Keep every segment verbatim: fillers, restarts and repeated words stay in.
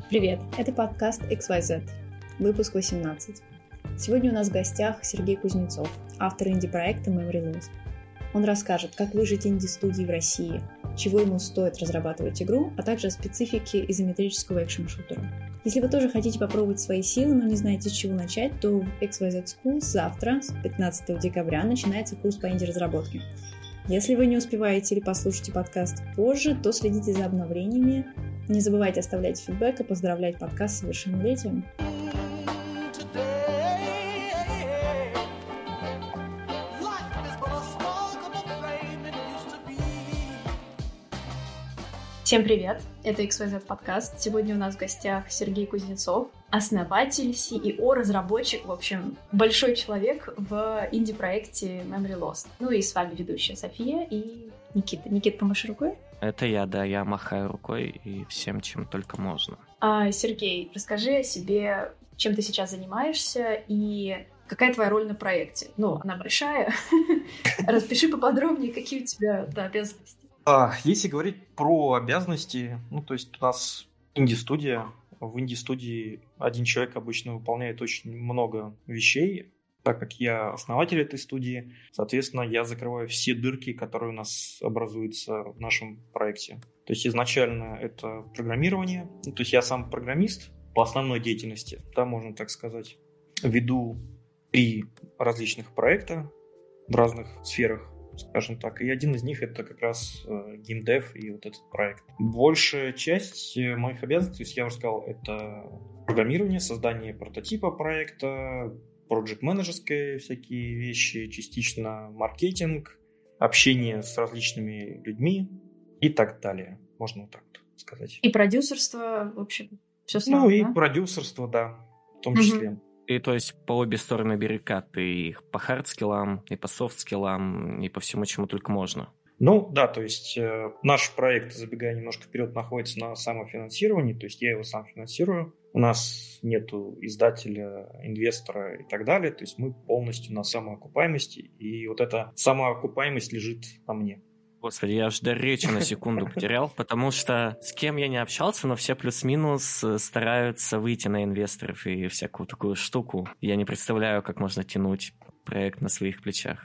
Привет, это подкаст икс вай зет, выпуск восемнадцать. Сегодня у нас в гостях Сергей Кузнецов, автор инди-проекта Memory Lost. Он расскажет, как выжить инди-студии в России, чего ему стоит разрабатывать игру, а также о специфике изометрического экшн-шутера. Если вы тоже хотите попробовать свои силы, но не знаете, с чего начать, то в икс вай зет School завтра, с пятнадцатого декабря, начинается курс по инди-разработке. Если вы не успеваете или послушаете подкаст позже, то следите за обновлениями. Не забывайте оставлять фидбэк и поздравлять подкаст с совершеннолетием. Всем привет! Это икс вай зет подкаст. Сегодня у нас в гостях Сергей Кузнецов, основатель, си и о, разработчик, в общем, большой человек в инди-проекте Memory Lost. Ну и с вами ведущая София и Никита. Никита, помаши рукой. Это я, да, я махаю рукой и всем, чем только можно. А, Сергей, расскажи о себе, чем ты сейчас занимаешься и какая твоя роль на проекте. Ну, она большая. Распиши поподробнее, какие у тебя обязанности. А, если говорить про обязанности, ну, то есть у нас инди-студия. В инди-студии один человек обычно выполняет очень много вещей. Так как я основатель этой студии, соответственно, я закрываю все дырки, которые у нас образуются в нашем проекте. То есть изначально это программирование. Ну, то есть я сам программист по основной деятельности, да, можно так сказать. Веду три различных проекта в разных сферах, скажем так. И один из них это как раз э, геймдев и вот этот проект. Большая часть моих обязанностей, то есть я уже сказал, это программирование, создание прототипа проекта, проект-менеджерские всякие вещи, частично маркетинг, общение с различными людьми и так далее. Можно вот так сказать. И продюсерство, в общем, все сразу, Ну и да? продюсерство, да, в том Угу. числе. И то есть по обе стороны баррикад, и по хард-скиллам, и по софт-скиллам, и по всему, чему только можно. Ну да, то есть э, наш проект, забегая немножко вперед, находится на самофинансировании, то есть я его сам финансирую. У нас нету издателя, инвестора и так далее, то есть мы полностью на самоокупаемости, и вот эта самоокупаемость лежит на мне. Господи, я аж дар речи на секунду потерял, потому что с кем я не общался, но все плюс-минус стараются выйти на инвесторов и всякую такую штуку. Я не представляю, как можно тянуть проект на своих плечах.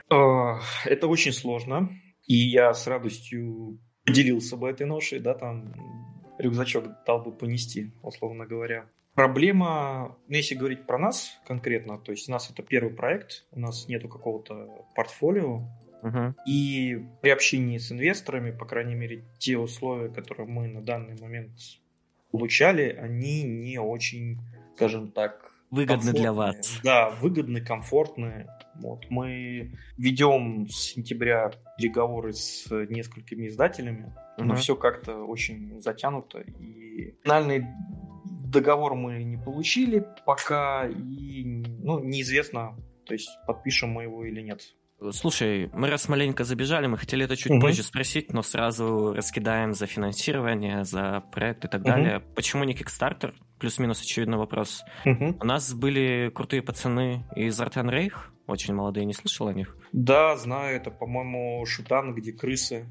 Это очень сложно, и я с радостью поделился бы этой ношей, да, там рюкзачок дал бы понести, условно говоря. Проблема, ну, если говорить про нас конкретно, то есть у нас это первый проект, у нас нету какого-то портфолио, Угу. и при общении с инвесторами, по крайней мере, те условия, которые мы на данный момент получали, они не очень, скажем так, Выгодны для комфортные. вас. Да, выгодны, комфортные. Вот. Мы ведем с сентября переговоры с несколькими издателями, Угу. но все как-то очень затянуто. И финальный договор мы не получили пока, и ну, неизвестно, то есть подпишем мы его или нет. Слушай, мы раз маленько забежали, мы хотели это чуть Угу. позже спросить, но сразу раскидаем за финансирование, за проект и так далее. Почему не Kickstarter? Плюс-минус очевидный вопрос. Угу. У нас были крутые пацаны из Артен Рейх, очень молодые, не слышал о них? Да, знаю, это, по-моему, шутан, где крысы.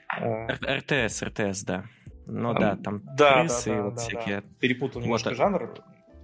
Р- РТС, РТС, да. Ну А, да, там да, крысы да, и да, вот да, всякие. да. Перепутал немножко Вот. жанр.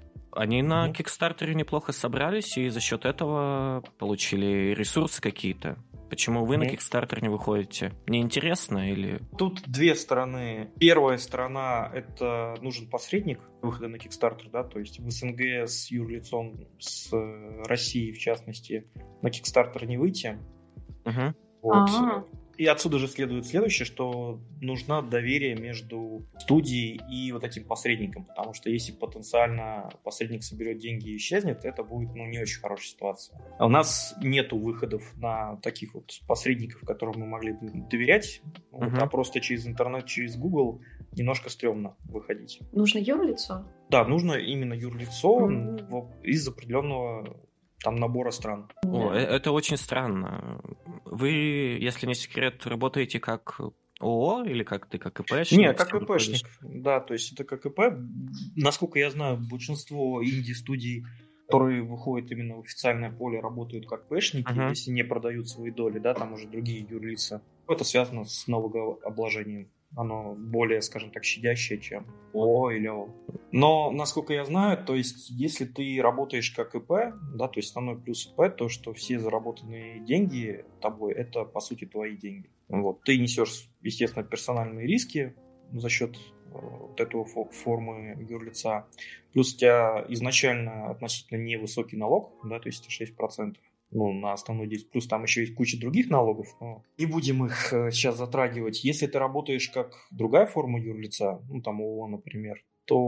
Они на Мгм. Kickstarter неплохо собрались и за счет этого получили ресурсы какие-то. Почему вы на Мгм. Kickstarter не выходите? Неинтересно или... Тут две стороны. Первая сторона — это нужен посредник выхода на Kickstarter, да, то есть в СНГ с юрлицом, с э, Россией, в частности, на Kickstarter не выйти. Угу. Вот. А. И отсюда же следует следующее, что нужно доверие между студией и вот этим посредником, потому что если потенциально посредник соберет деньги и исчезнет, это будет, ну, не очень хорошая ситуация. А у нас нету выходов на таких вот посредников, которым мы могли бы доверять, вот, Мгм. а просто через интернет, через Google немножко стрёмно выходить. Нужно юрлицо? Да, нужно именно юрлицо Мгм. в- из определенного там набора стран. О, Да. э- это очень странно. Вы, если не секрет, работаете как ООО или как ты, как ИПшник? Не, как С кем ИПшник, да, то есть это как ИП. Насколько я знаю, большинство инди-студий, которые выходят именно в официальное поле, работают как ИПшники, Ага. если не продают свои доли, да, там уже другие юрлица. Это связано с налогообложением. Оно более, скажем так, щадящее, чем ООО или ООО. Но, насколько я знаю, то есть, если ты работаешь как ИП, да, то есть основной плюс ИП, то, что все заработанные деньги тобой, это, по сути, твои деньги. Вот. Ты несешь, естественно, персональные риски за счет вот этого формы юрлица. Плюс у тебя изначально относительно невысокий налог, да, то есть шесть процентов. Ну, на основной действие. Плюс там еще есть куча других налогов, но не будем их сейчас затрагивать. Если ты работаешь как другая форма юрлица, ну, там ООО, например,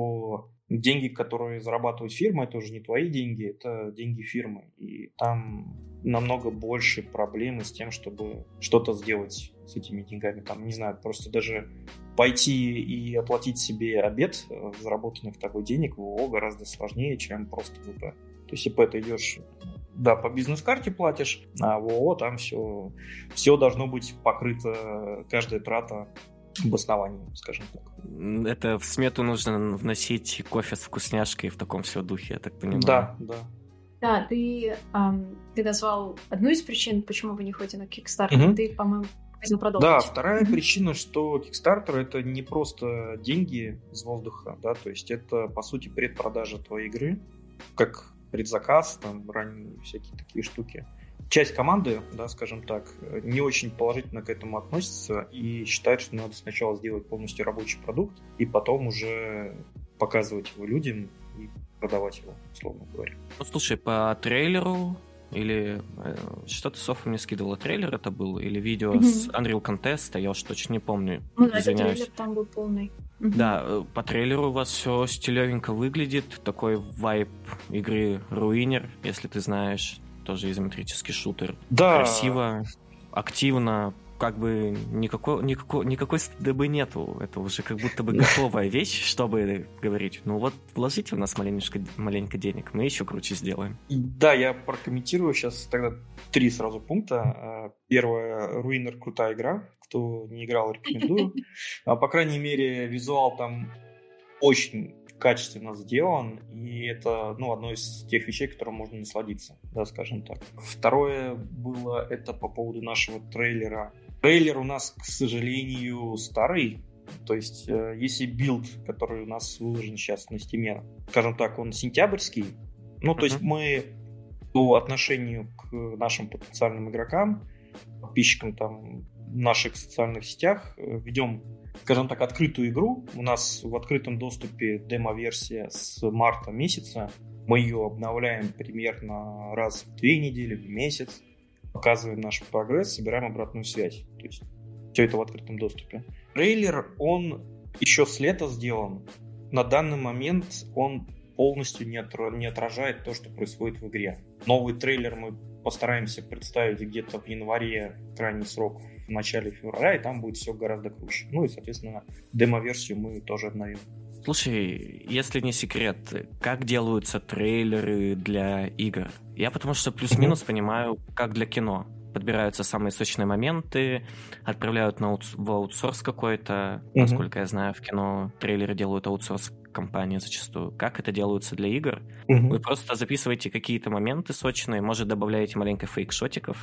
то деньги, которые зарабатывает фирма, это уже не твои деньги, это деньги фирмы. И там намного больше проблемы с тем, чтобы что-то сделать с этими деньгами. Там, не знаю, просто даже пойти и оплатить себе обед заработанных тобой денег в ООО гораздо сложнее, чем просто в ИП. То есть ИП ты идешь... Да, по бизнес-карте платишь, а в ООО там все, все должно быть покрыто, каждая трата обоснованием, скажем так. Это в смету нужно вносить кофе с вкусняшкой в таком все духе, я так понимаю. Да, да. Да, ты, эм, ты назвал одну из причин, почему вы не ходите на Kickstarter. Угу. Ты, по-моему, хотел продолжить. Да, вторая Угу. причина, что Kickstarter — это не просто деньги из воздуха, да, то есть это, по сути, предпродажа твоей игры, как предзаказ, там, ранние всякие такие штуки. Часть команды, да, скажем так, не очень положительно к этому относится и считает, что надо сначала сделать полностью рабочий продукт и потом уже показывать его людям и продавать его, условно говоря. Ну, слушай, по трейлеру или... Э, что-то Софа мне скидывала, трейлер это был? Или видео mm-hmm. с Unreal Contest, я уж точно не помню, ну, да, извиняюсь. Трейлер там был полный. Да, по трейлеру у вас все стилевенько выглядит. Такой вайб игры Ruiner, если ты знаешь. Тоже изометрический шутер. Да. Красиво, активно. Как бы никакой, никакой, никакой стыдобы нету. Это уже как будто бы готовая вещь, чтобы говорить, ну вот вложите в нас маленько, маленько денег, мы еще круче сделаем. Да, я прокомментирую сейчас тогда три сразу пункта. Первое, Ruiner — крутая игра. Кто не играл, рекомендую. По крайней мере, визуал там очень качественно сделан, и это, ну, одно из тех вещей, которым можно насладиться, да, скажем так. Второе было это по поводу нашего трейлера. Трейлер у нас, к сожалению, старый. То есть, э, если билд, который у нас выложен сейчас на Steam, скажем так, он сентябрьский, ну, то uh-huh. есть мы по отношению к нашим потенциальным игрокам, подписчикам там в наших социальных сетях ведем, скажем так, открытую игру. У нас в открытом доступе демо-версия с марта месяца. Мы ее обновляем примерно раз в две недели, в месяц. Показываем наш прогресс, собираем обратную связь. То есть все это в открытом доступе. Трейлер, он еще с лета сделан. На данный момент он полностью не, отра- не отражает то, что происходит в игре. Новый трейлер мы постараемся представить где-то в январе, крайний срок в начале февраля, и там будет все гораздо круче. Ну и, соответственно, демо-версию мы тоже обновим. Слушай, если не секрет, как делаются трейлеры для игр? Я потому что плюс-минус mm-hmm. понимаю, как для кино. Подбираются самые сочные моменты, отправляют на аутс- в аутсорс какой-то. Mm-hmm. Насколько я знаю, в кино трейлеры делают аутсорс-компании зачастую. Как это делается для игр? Mm-hmm. Вы просто записываете какие-то моменты сочные, может, добавляете маленько фейк-шотиков?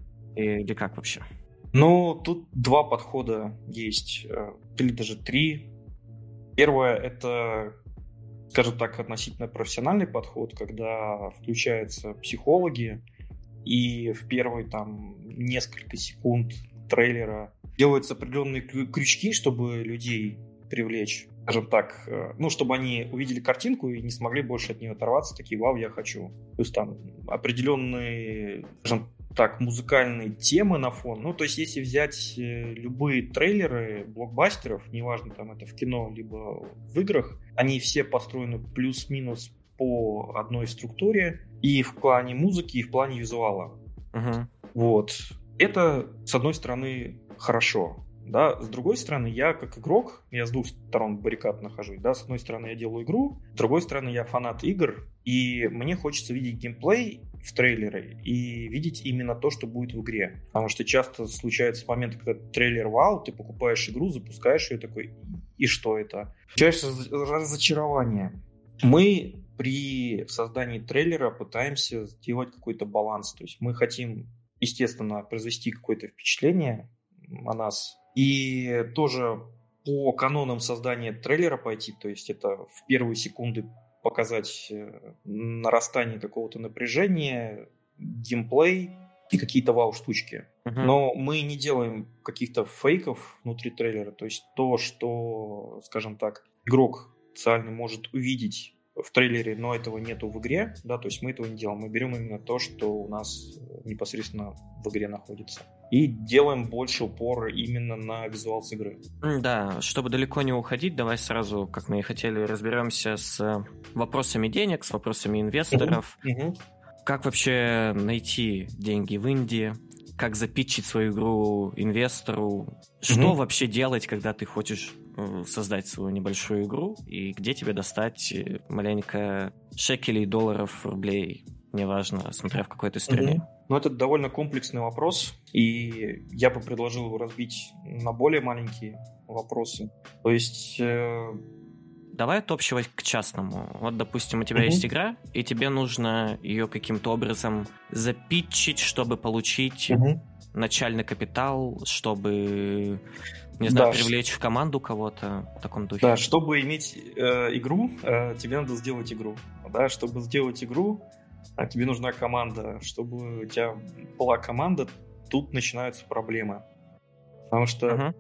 Или как вообще? Ну, тут два подхода есть, или даже три. Первое — это, скажем так, относительно профессиональный подход, когда включаются психологи, и в первые там несколько секунд трейлера делаются определенные крючки, чтобы людей привлечь, скажем так, ну, чтобы они увидели картинку и не смогли больше от нее оторваться, такие: вау, я хочу. То есть там определенные, скажем так, музыкальные темы на фон. Ну, то есть если взять любые трейлеры блокбастеров, неважно, там это в кино либо в играх, они все построены плюс-минус по одной структуре и в плане музыки, и в плане визуала. Uh-huh. Вот. Это, с одной стороны, хорошо. Да, с другой стороны, я как игрок, я с двух сторон баррикад нахожусь, да, с одной стороны я делаю игру, с другой стороны я фанат игр, и мне хочется видеть геймплей в трейлере и видеть именно то, что будет в игре. Потому что часто случаются моменты, когда трейлер вау, ты покупаешь игру, запускаешь ее такой, и что это? Получается разочарование. Мы при создании трейлера пытаемся сделать какой-то баланс, то есть мы хотим, естественно, произвести какое-то впечатление о нас, и тоже по канонам создания трейлера пойти, то есть это в первые секунды показать нарастание какого-то напряжения, геймплей и какие-то вау-штучки. Uh-huh. Но мы не делаем каких-то фейков внутри трейлера, то есть то, что, скажем так, игрок социальный может увидеть в трейлере, но этого нету в игре, да, то есть мы этого не делаем. Мы берем именно то, что у нас непосредственно в игре находится. И делаем больше упора именно на визуал с игры. Да, чтобы далеко не уходить, давай сразу, как мы и хотели, разберемся с вопросами денег, с вопросами инвесторов. Uh-huh. Uh-huh. Как вообще найти деньги в Индии? Как запитчить свою игру инвестору? Что uh-huh. вообще делать, когда ты хочешь создать свою небольшую игру, и где тебе достать маленько шекелей, долларов, рублей, неважно, смотря в какой ты стране. Mm-hmm. Ну, это довольно комплексный вопрос, и я бы предложил его разбить на более маленькие вопросы. То есть... Э... Давай от общего к частному. Вот, допустим, у тебя mm-hmm. есть игра, и тебе нужно ее каким-то образом запитчить, чтобы получить mm-hmm. начальный капитал, чтобы... Не знаю, да, привлечь в команду кого-то в таком духе. Да, чтобы иметь э, игру, э, тебе надо сделать игру. Да, чтобы сделать игру, э, тебе нужна команда. Чтобы у тебя была команда, тут начинаются проблемы. Потому что, uh-huh.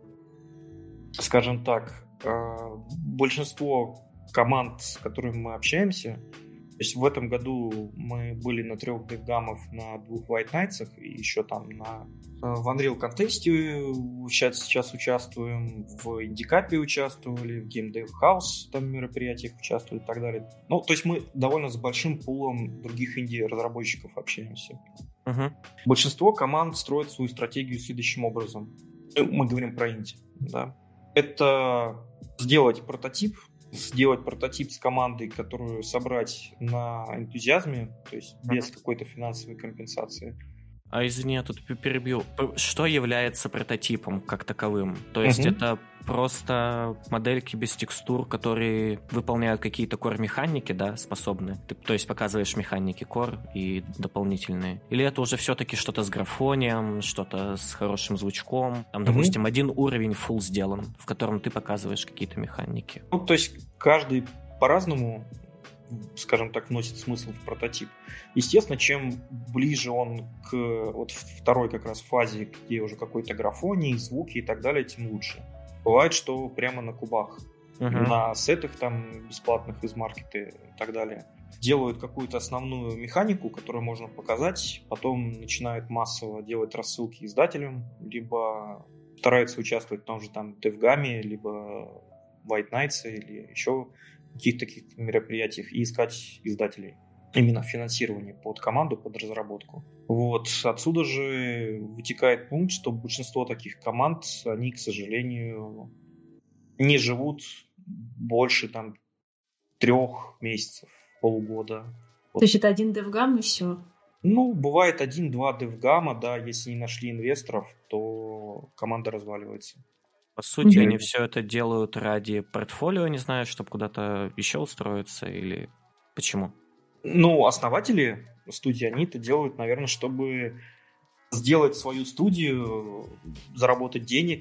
скажем так, э, большинство команд, с которыми мы общаемся, то есть в этом году мы были на трех девгамов, на двух White Knights и еще там на в Unreal Contest сейчас, сейчас участвуем, в Индикапе участвовали, в Game Dev House там мероприятиях участвовали и так далее. Ну, то есть мы довольно с большим пулом других инди-разработчиков общаемся. Uh-huh. Большинство команд строят свою стратегию следующим образом. Мы говорим про инди, да. Это сделать прототип, сделать прототип с командой, которую собрать на энтузиазме, то есть без uh-huh. какой-то финансовой компенсации. А извини, я тут перебью. Что является прототипом как таковым? То есть uh-huh. это просто модельки без текстур, которые выполняют какие-то core-механики, да, способны? Ты, то есть показываешь механики core и дополнительные? Или это уже все-таки что-то с графонием, что-то с хорошим звучком? Там, uh-huh. допустим, один уровень full сделан, в котором ты показываешь какие-то механики. Ну, то есть каждый по-разному, скажем так, вносит смысл в прототип. Естественно, чем ближе он к вот второй как раз фазе, где уже какой-то графоний, звуки и так далее, тем лучше. Бывает, что прямо на кубах, uh-huh. на сетах там бесплатных из маркета и так далее, делают какую-то основную механику, которую можно показать, потом начинают массово делать рассылки издателям, либо стараются участвовать в том же там девгаме, либо White Knights или еще каких-то таких мероприятиях и искать издателей. Именно финансирование под команду, под разработку. Вот. Отсюда же вытекает пункт, что большинство таких команд, они, к сожалению, не живут больше там трех месяцев, полугода. То есть это один девгам и все? Ну, бывает один-два девгама, да, если не нашли инвесторов, то команда разваливается. По сути, mm-hmm. они все это делают ради портфолио, не знаю, чтобы куда-то еще устроиться, или почему? Ну, основатели студии, они это делают, наверное, чтобы сделать свою студию, заработать денег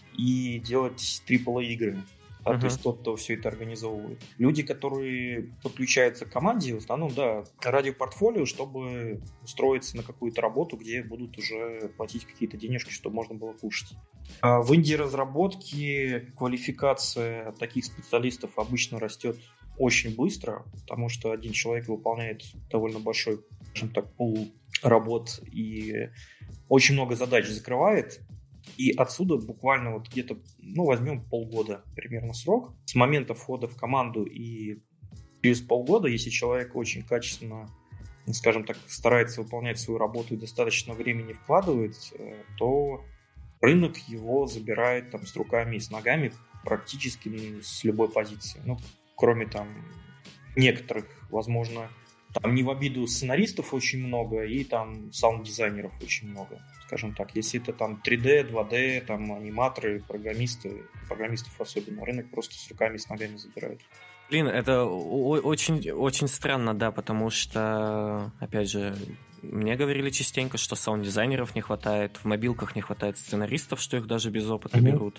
и делать трипл эй игры. А uh-huh. то есть тот, кто все это организовывает. Люди, которые подключаются к команде, в основном, да, ради портфолио, чтобы устроиться на какую-то работу, где будут уже платить какие-то денежки, чтобы можно было кушать. А в инди-разработке квалификация таких специалистов обычно растет очень быстро, потому что один человек выполняет довольно большой, скажем так, пул работ и очень много задач закрывает. И отсюда буквально вот где-то, ну, возьмем полгода примерно срок. С момента входа в команду и через полгода, если человек очень качественно, скажем так, старается выполнять свою работу и достаточно времени вкладывает, то рынок его забирает там с руками и с ногами практически с любой позиции. Ну, кроме там некоторых, возможно, там не в обиду сценаристов очень много и там саунд-дизайнеров очень много, скажем так. Если это там три дэ, два дэ, там аниматоры, программисты, программистов особенно, рынок просто с руками и с ногами забирает. Блин, это очень, очень странно, да, потому что, опять же, мне говорили частенько, что саунд-дизайнеров не хватает, в мобилках не хватает сценаристов, что их даже без опыта mm-hmm. берут.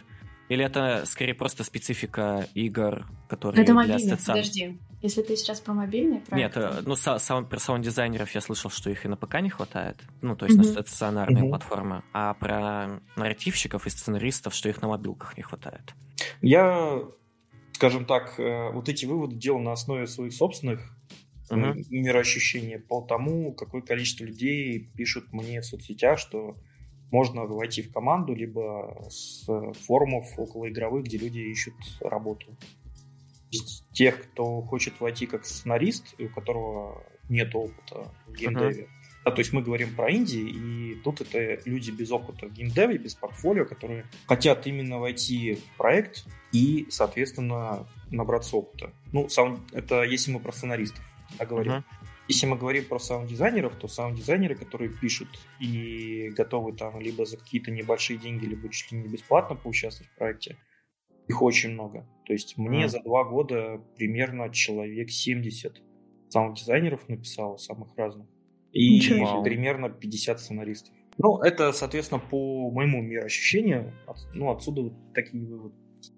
Или это скорее просто специфика игр, которые это для мобильный, стационара? Подожди. Если ты сейчас про мобильный проект... Нет, ну са- сау- про саунд-дизайнеров я слышал, что их и на ПК не хватает, ну то есть Мгм. на стационарные Мгм. платформы, а про нарративщиков и сценаристов, что их на мобилках не хватает. Я, скажем так, э, вот эти выводы делал на основе своих собственных э, Мгм. мироощущений по тому, какое количество людей пишут мне в соцсетях, что можно войти в команду, либо с форумов околоигровых, где люди ищут работу. То есть тех, кто хочет войти как сценарист, и у которого нет опыта в геймдеве. Да, то есть мы говорим про инди, и тут это люди без опыта в геймдеве, без портфолио, которые хотят именно войти в проект и, соответственно, набраться опыта. Ну, саунд, это если мы про сценаристов да, говорим. Мгм. Если мы говорим про саунд-дизайнеров, то саунд-дизайнеры, которые пишут и готовы там либо за какие-то небольшие деньги, либо чуть ли не бесплатно поучаствовать в проекте, их очень много. То есть мне Мгм. за два года примерно человек семьдесят саунд-дизайнеров написало, самых разных, и Ничего себе. примерно пятьдесят сценаристов. Ну, это, соответственно, по моему мироощущению, от- ну, отсюда вот такие выводы.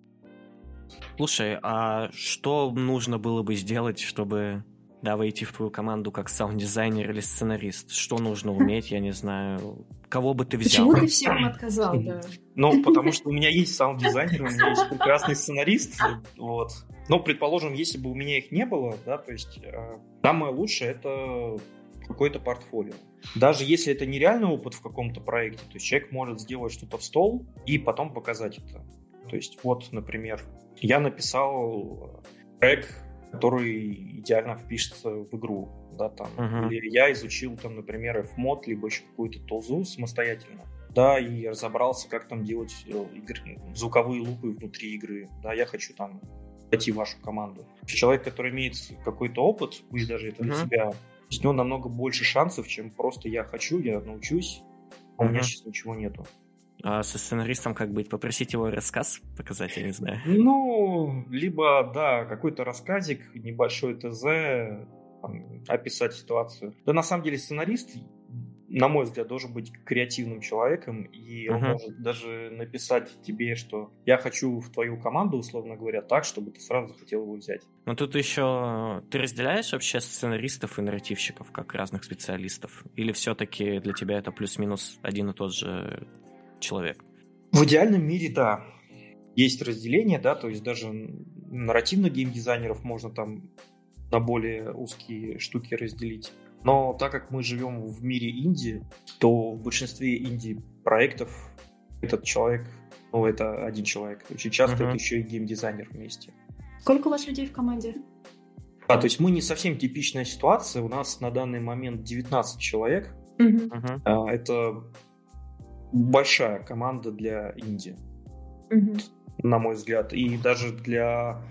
Слушай, а что нужно было бы сделать, чтобы да, войти в твою команду как саунд-дизайнер или сценарист? Что нужно уметь, я не знаю. Кого бы ты взял? Почему ты всем отказал, да? Ну, потому что у меня есть саунд-дизайнер, у меня есть прекрасный сценарист, вот. Но, предположим, если бы у меня их не было, да, то есть э, самое лучшее — это какое-то портфолио. Даже если это нереальный опыт в каком-то проекте, то есть человек может сделать что-то в стол и потом показать это. То есть вот, например, я написал трек, который идеально впишется в игру, да, там, Мгм. или я изучил, там, например, эф мод, либо еще какую-то тулзу самостоятельно, да, и разобрался, как там делать э, игры, звуковые лупы внутри игры, да, я хочу там войти в вашу команду. Человек, который имеет какой-то опыт, пусть даже это для Мгм. себя, то есть у него намного больше шансов, чем просто я хочу, я научусь, а у меня Мгм. сейчас ничего нету. А со сценаристом как быть? Попросить его рассказ показать, я не знаю. Ну, либо, да, какой-то рассказик, небольшой ТЗ, там, описать ситуацию. Да, на самом деле, сценарист, на мой взгляд, должен быть креативным человеком, и он Мгм. может даже написать тебе, что я хочу в твою команду, условно говоря, так, чтобы ты сразу захотел его взять. Но тут еще ты разделяешь вообще сценаристов и нарративщиков как разных специалистов? Или все-таки для тебя это плюс-минус один и тот же человек? В идеальном мире, да, есть разделение, да, то есть даже нарративных геймдизайнеров можно там на более узкие штуки разделить. Но так как мы живем в мире инди, то в большинстве инди-проектов этот человек, ну, это один человек. Очень часто Мгм. это еще и геймдизайнер вместе. Сколько у вас людей в команде? А, то есть мы не совсем типичная ситуация. У нас на данный момент девятнадцать человек. Мгм. Мгм. А, это большая команда для инди, Мгм. на мой взгляд. И даже для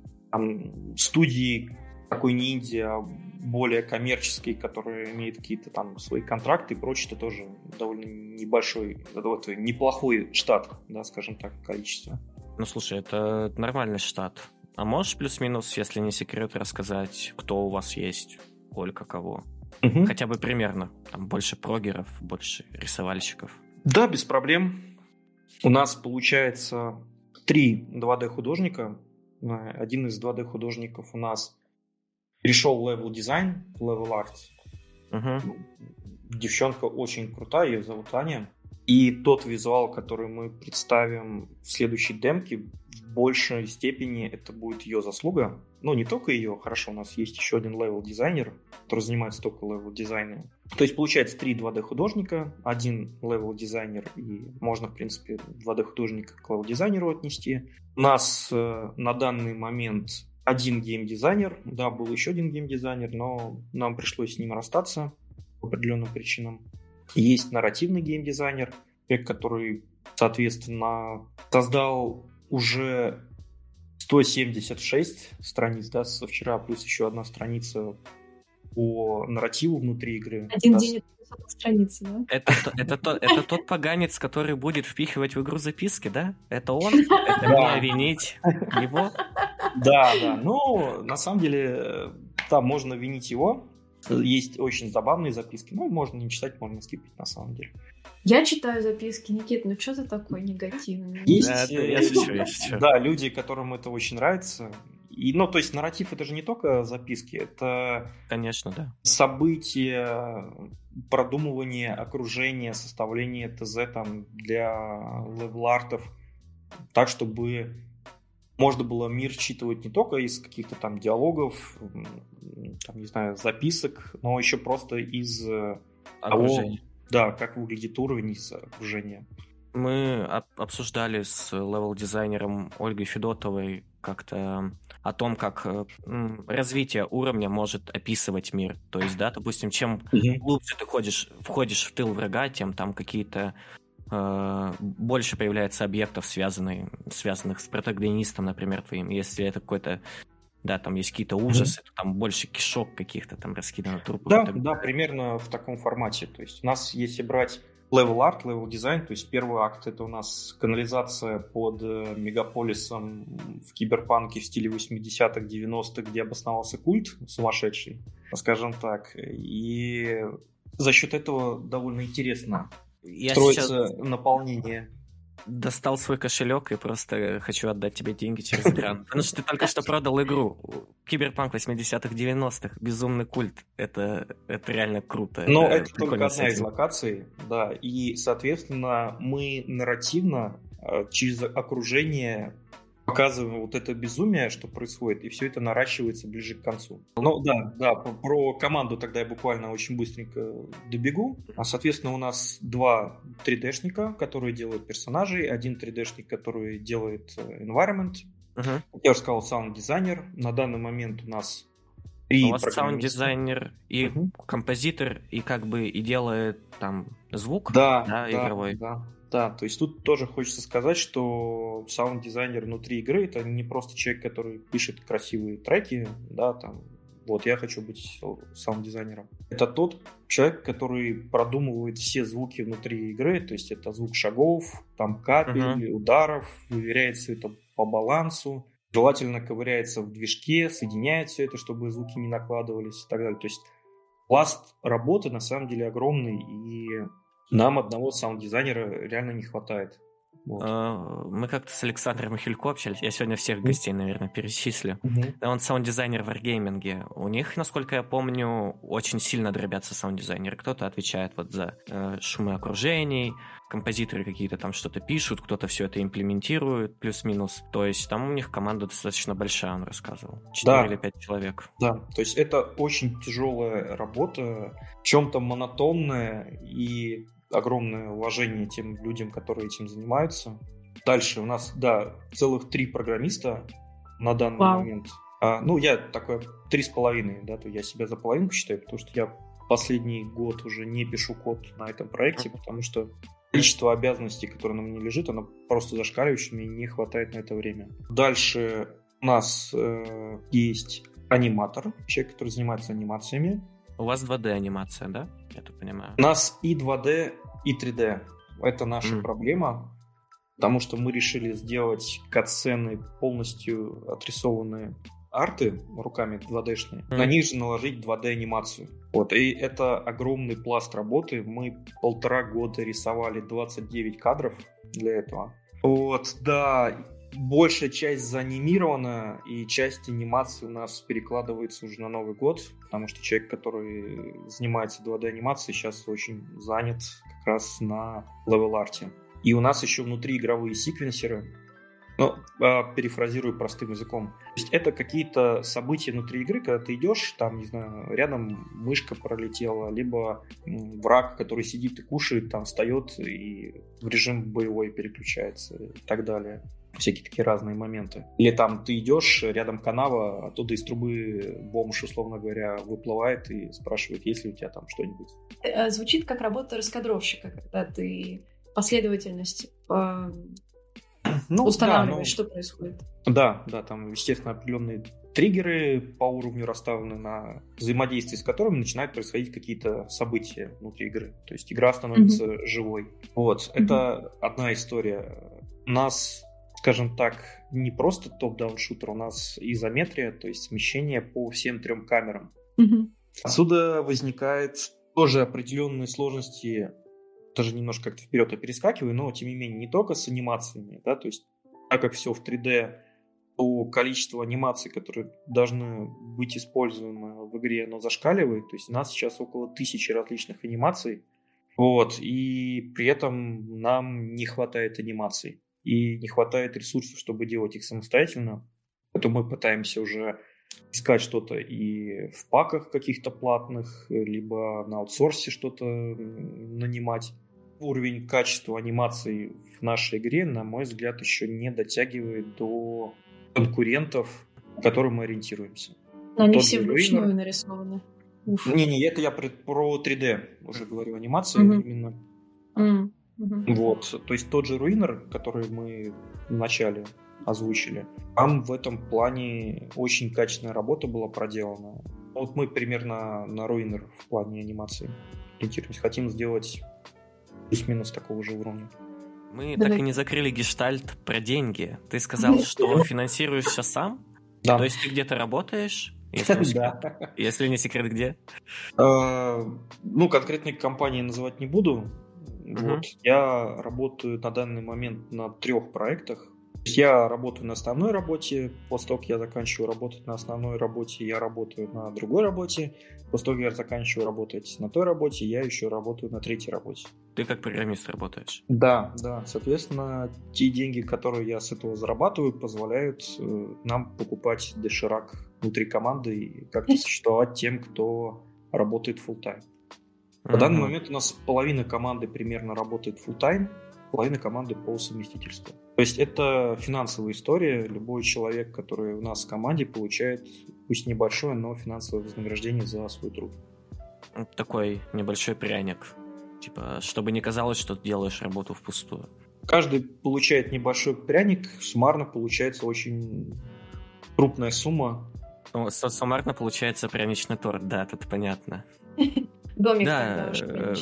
там, студии такой не инди, а более коммерческой, которая имеет какие-то там свои контракты и прочее, это тоже довольно небольшой, вот, неплохой штат, да, скажем так, количество. Ну, слушай, это нормальный штат. А можешь плюс-минус, если не секрет, рассказать, кто у вас есть, сколько кого? Мгм. Хотя бы примерно. Там больше прогеров, больше рисовальщиков. Да, без проблем. У нас получается три два дэ-художника. Один из два дэ-художников у нас перешел в level дизайн, level art. Угу. Девчонка очень крутая, ее зовут Аня. И тот визуал, который мы представим в следующей демке, в большей степени это будет ее заслуга. Ну, не только ее, хорошо, у нас есть еще один левел-дизайнер, который занимается только левел-дизайном. То есть, получается, три два дэ-художника, один левел-дизайнер, и можно, в принципе, два дэ-художника к левел-дизайнеру отнести. У нас э, на данный момент один геймдизайнер, да, был еще один геймдизайнер, но нам пришлось с ним расстаться по определенным причинам. Есть нарративный геймдизайнер, человек, который, соответственно, создал уже сто семьдесят шесть страниц, да, со вчера, плюс еще одна страница по нарративу внутри игры. Один да. день это страницы, да? Это, то- это, то- это тот поганец, который будет впихивать в игру записки, да? Это он? Это Да. мне винить его? Да, да. Ну, на самом деле, э, да, можно винить его. Есть очень забавные записки, ну, можно не читать, можно скипать на самом деле. Я читаю записки, Никит, ну что ты такой негативный? Есть, Да, это я шучу, я шучу. да, люди, которым это очень нравится. И, ну, то есть нарратив — это же не только записки, это Конечно, да. события, продумывание окружения, составление ТЗ там для левел-артов, так, чтобы можно было мир считывать не только из каких-то там диалогов, там, не знаю, записок, но еще просто из Окружение. того, да, как выглядит уровень из окружения. Мы об- обсуждали с левел-дизайнером Ольгой Федотовой как-то о том, как э, м, развитие уровня может описывать мир. То есть, да, допустим, чем Мгм. глубже ты ходишь, входишь в тыл врага, тем там какие-то э, больше появляется объектов, связанных, связанных с протагонистом, например, твоим. Если это какой-то, да, там есть какие-то ужасы, то там больше кишок каких-то там раскидано, трупов. и Да, так да, далее. примерно в таком формате. То есть у нас, если брать level art, level design, то есть первый акт — это у нас канализация под э, мегаполисом в киберпанке в стиле восьмидесятых, девяностых, где обосновался культ сумасшедший, скажем так. И за счет этого довольно интересно Я строится сейчас наполнение. достал свой кошелек и просто хочу отдать тебе деньги через экран. Потому что ты только что продал игру. Киберпанк восьмидесятых, девяностых. Безумный культ. Это, это реально круто. Но это, только прикольный одна из сеттинг. локаций, да. И, соответственно, мы нарративно э, через окружение показываем вот это безумие, что происходит, и все это наращивается ближе к концу. Ну да, да, п- про команду тогда я буквально очень быстренько добегу. А, соответственно, у нас два три дэ-шника, которые делают персонажей, один три дэ-шник, который делает э, environment. Мгм. Как я уже сказал, саунд-дизайнер. На данный момент у нас три У вас программиста. саунд-дизайнер и Мгм. композитор, и как бы и делает там звук, Да, да, да, игровой. да, да. То есть тут тоже хочется сказать, что саунд-дизайнер внутри игры — это не просто человек, который пишет красивые треки, да, там, вот, я хочу быть саунд-дизайнером. Это тот человек, который продумывает все звуки внутри игры, то есть это звук шагов, там капель, ударов, выверяет все это по балансу, желательно ковыряется в движке, соединяет все это, чтобы звуки не накладывались и так далее. То есть пласт работы на самом деле огромный, и нам одного саунд-дизайнера реально не хватает. Вот. А, Мы как-то с Александром Михелько общались. Я сегодня всех Мгм. гостей, наверное, перечислю. Мгм. Да, он саунд-дизайнер в Wargaming. У них, насколько я помню, очень сильно дробятся саунд-дизайнеры. Кто-то отвечает вот за э, шумы окружений, композиторы какие-то там что-то пишут, кто-то все это имплементирует, плюс-минус. То есть там у них команда достаточно большая, он рассказывал. Четыре Да. или пять человек. Да, то есть это очень тяжелая работа, в чем-то монотонная, и огромное уважение тем людям, которые этим занимаются. Дальше у нас, да, целых три программиста на данный Вау. момент. А, ну, я такой три с половиной, да, то я себя за половинку считаю, потому что я последний год уже не пишу код на этом проекте, потому что количество обязанностей, которое на мне лежит, оно просто зашкаливающее, мне не хватает на это время. Дальше у нас э, есть аниматор, человек, который занимается анимациями. У вас два дэ анимация, да? Я так понимаю. У нас и два дэ, и три дэ. Это наша Мгм. проблема, потому что мы решили сделать катсцены полностью отрисованные арты руками два дэ-шные, Мгм. на них же наложить два дэ-анимацию. Вот, и это огромный пласт работы. Мы полтора года рисовали двадцать девять кадров для этого. Вот, да, большая часть заанимирована, и часть анимации у нас перекладывается уже на Новый год, потому что человек, который занимается два дэ-анимацией, сейчас очень занят как раз на левел-арте. И у нас еще внутри игровые секвенсеры. Ну, а, перефразирую простым языком. То есть это какие-то события внутри игры, когда ты идешь, там, не знаю, рядом мышка пролетела, либо м, враг, который сидит и кушает, там встает и в режим боевой переключается и так далее. Всякие такие разные моменты. Или там ты идешь, рядом канава, оттуда из трубы бомж, условно говоря, выплывает и спрашивает, есть ли у тебя там что-нибудь. Э, Звучит как работа раскадровщика, когда ты последовательность э, Ну, устанавливаешь, да, что происходит. ну, да, да, там, естественно, определенные триггеры по уровню расставлены, на взаимодействие с которыми начинают происходить какие-то события внутри игры. То есть игра становится mm-hmm. живой. Вот, mm-hmm. это одна история. У нас, скажем так, не просто топ-даун шутер, у нас изометрия, то есть смещение по всем трем камерам. Mm-hmm. Отсюда возникает тоже определенные сложности, даже немножко как-то вперед я перескакиваю, но тем не менее не только с анимациями, да, то есть так как все в три дэ, то количество анимаций, которые должны быть используемы в игре, оно зашкаливает, то есть у нас сейчас около тысячи различных анимаций, вот, и при этом нам не хватает анимаций и не хватает ресурсов, чтобы делать их самостоятельно, поэтому мы пытаемся уже искать что-то и в паках каких-то платных, либо на аутсорсе что-то нанимать. Уровень качества анимаций в нашей игре, на мой взгляд, еще не дотягивает до конкурентов, на которые мы ориентируемся. Но они все вручную нарисованы. Не-не, это я про, про три дэ уже говорю, анимации mm-hmm. именно. Mm-hmm. Вот, то есть тот же Ruiner, который мы в начале озвучили, там в этом плане очень качественная работа была проделана. Вот мы примерно на Ruiner в плане анимации ориентируемся. Хотим сделать плюс-минус такого же уровня. Мы Давай. так и не закрыли гештальт про деньги. Ты сказал, что финансируешься сам? Да. То есть ты где-то работаешь? Если не секрет, да. Если не секрет, где? Ну, конкретной компании называть не буду. Вот. Я работаю на данный момент на трех проектах. Я работаю на основной работе, после того, как я заканчиваю работать на основной работе, я работаю на другой работе, после того, как я заканчиваю работать на той работе, я еще работаю на третьей работе. Ты как программист работаешь? Да, да. Соответственно, те деньги, которые я с этого зарабатываю, позволяют нам покупать доширак внутри команды и как-то существовать тем, кто работает full-time. На mm-hmm. данный момент у нас половина команды примерно работает full-time, половина команды по совместительству. То есть это финансовая история. Любой человек, который у нас в команде, получает, пусть небольшое, но финансовое вознаграждение за свой труд. Такой небольшой пряник. Типа, чтобы не казалось, что ты делаешь работу впустую. Каждый получает небольшой пряник, суммарно получается очень крупная сумма. Ну, суммарно получается пряничный торт, да, тут понятно. Домик. Да,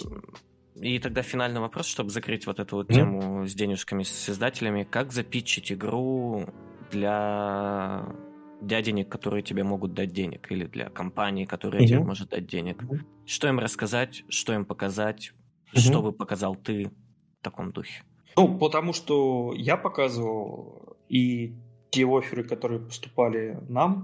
и тогда финальный вопрос, чтобы закрыть вот эту вот тему mm-hmm. с денежками, с издателями. Как запитчить игру для, для денег, которые тебе могут дать денег, или для компании, которая mm-hmm. тебе может дать денег? Mm-hmm. Что им рассказать, что им показать, mm-hmm. что бы показал ты в таком духе? Ну, потому что я показывал, и те офферы, которые поступали нам,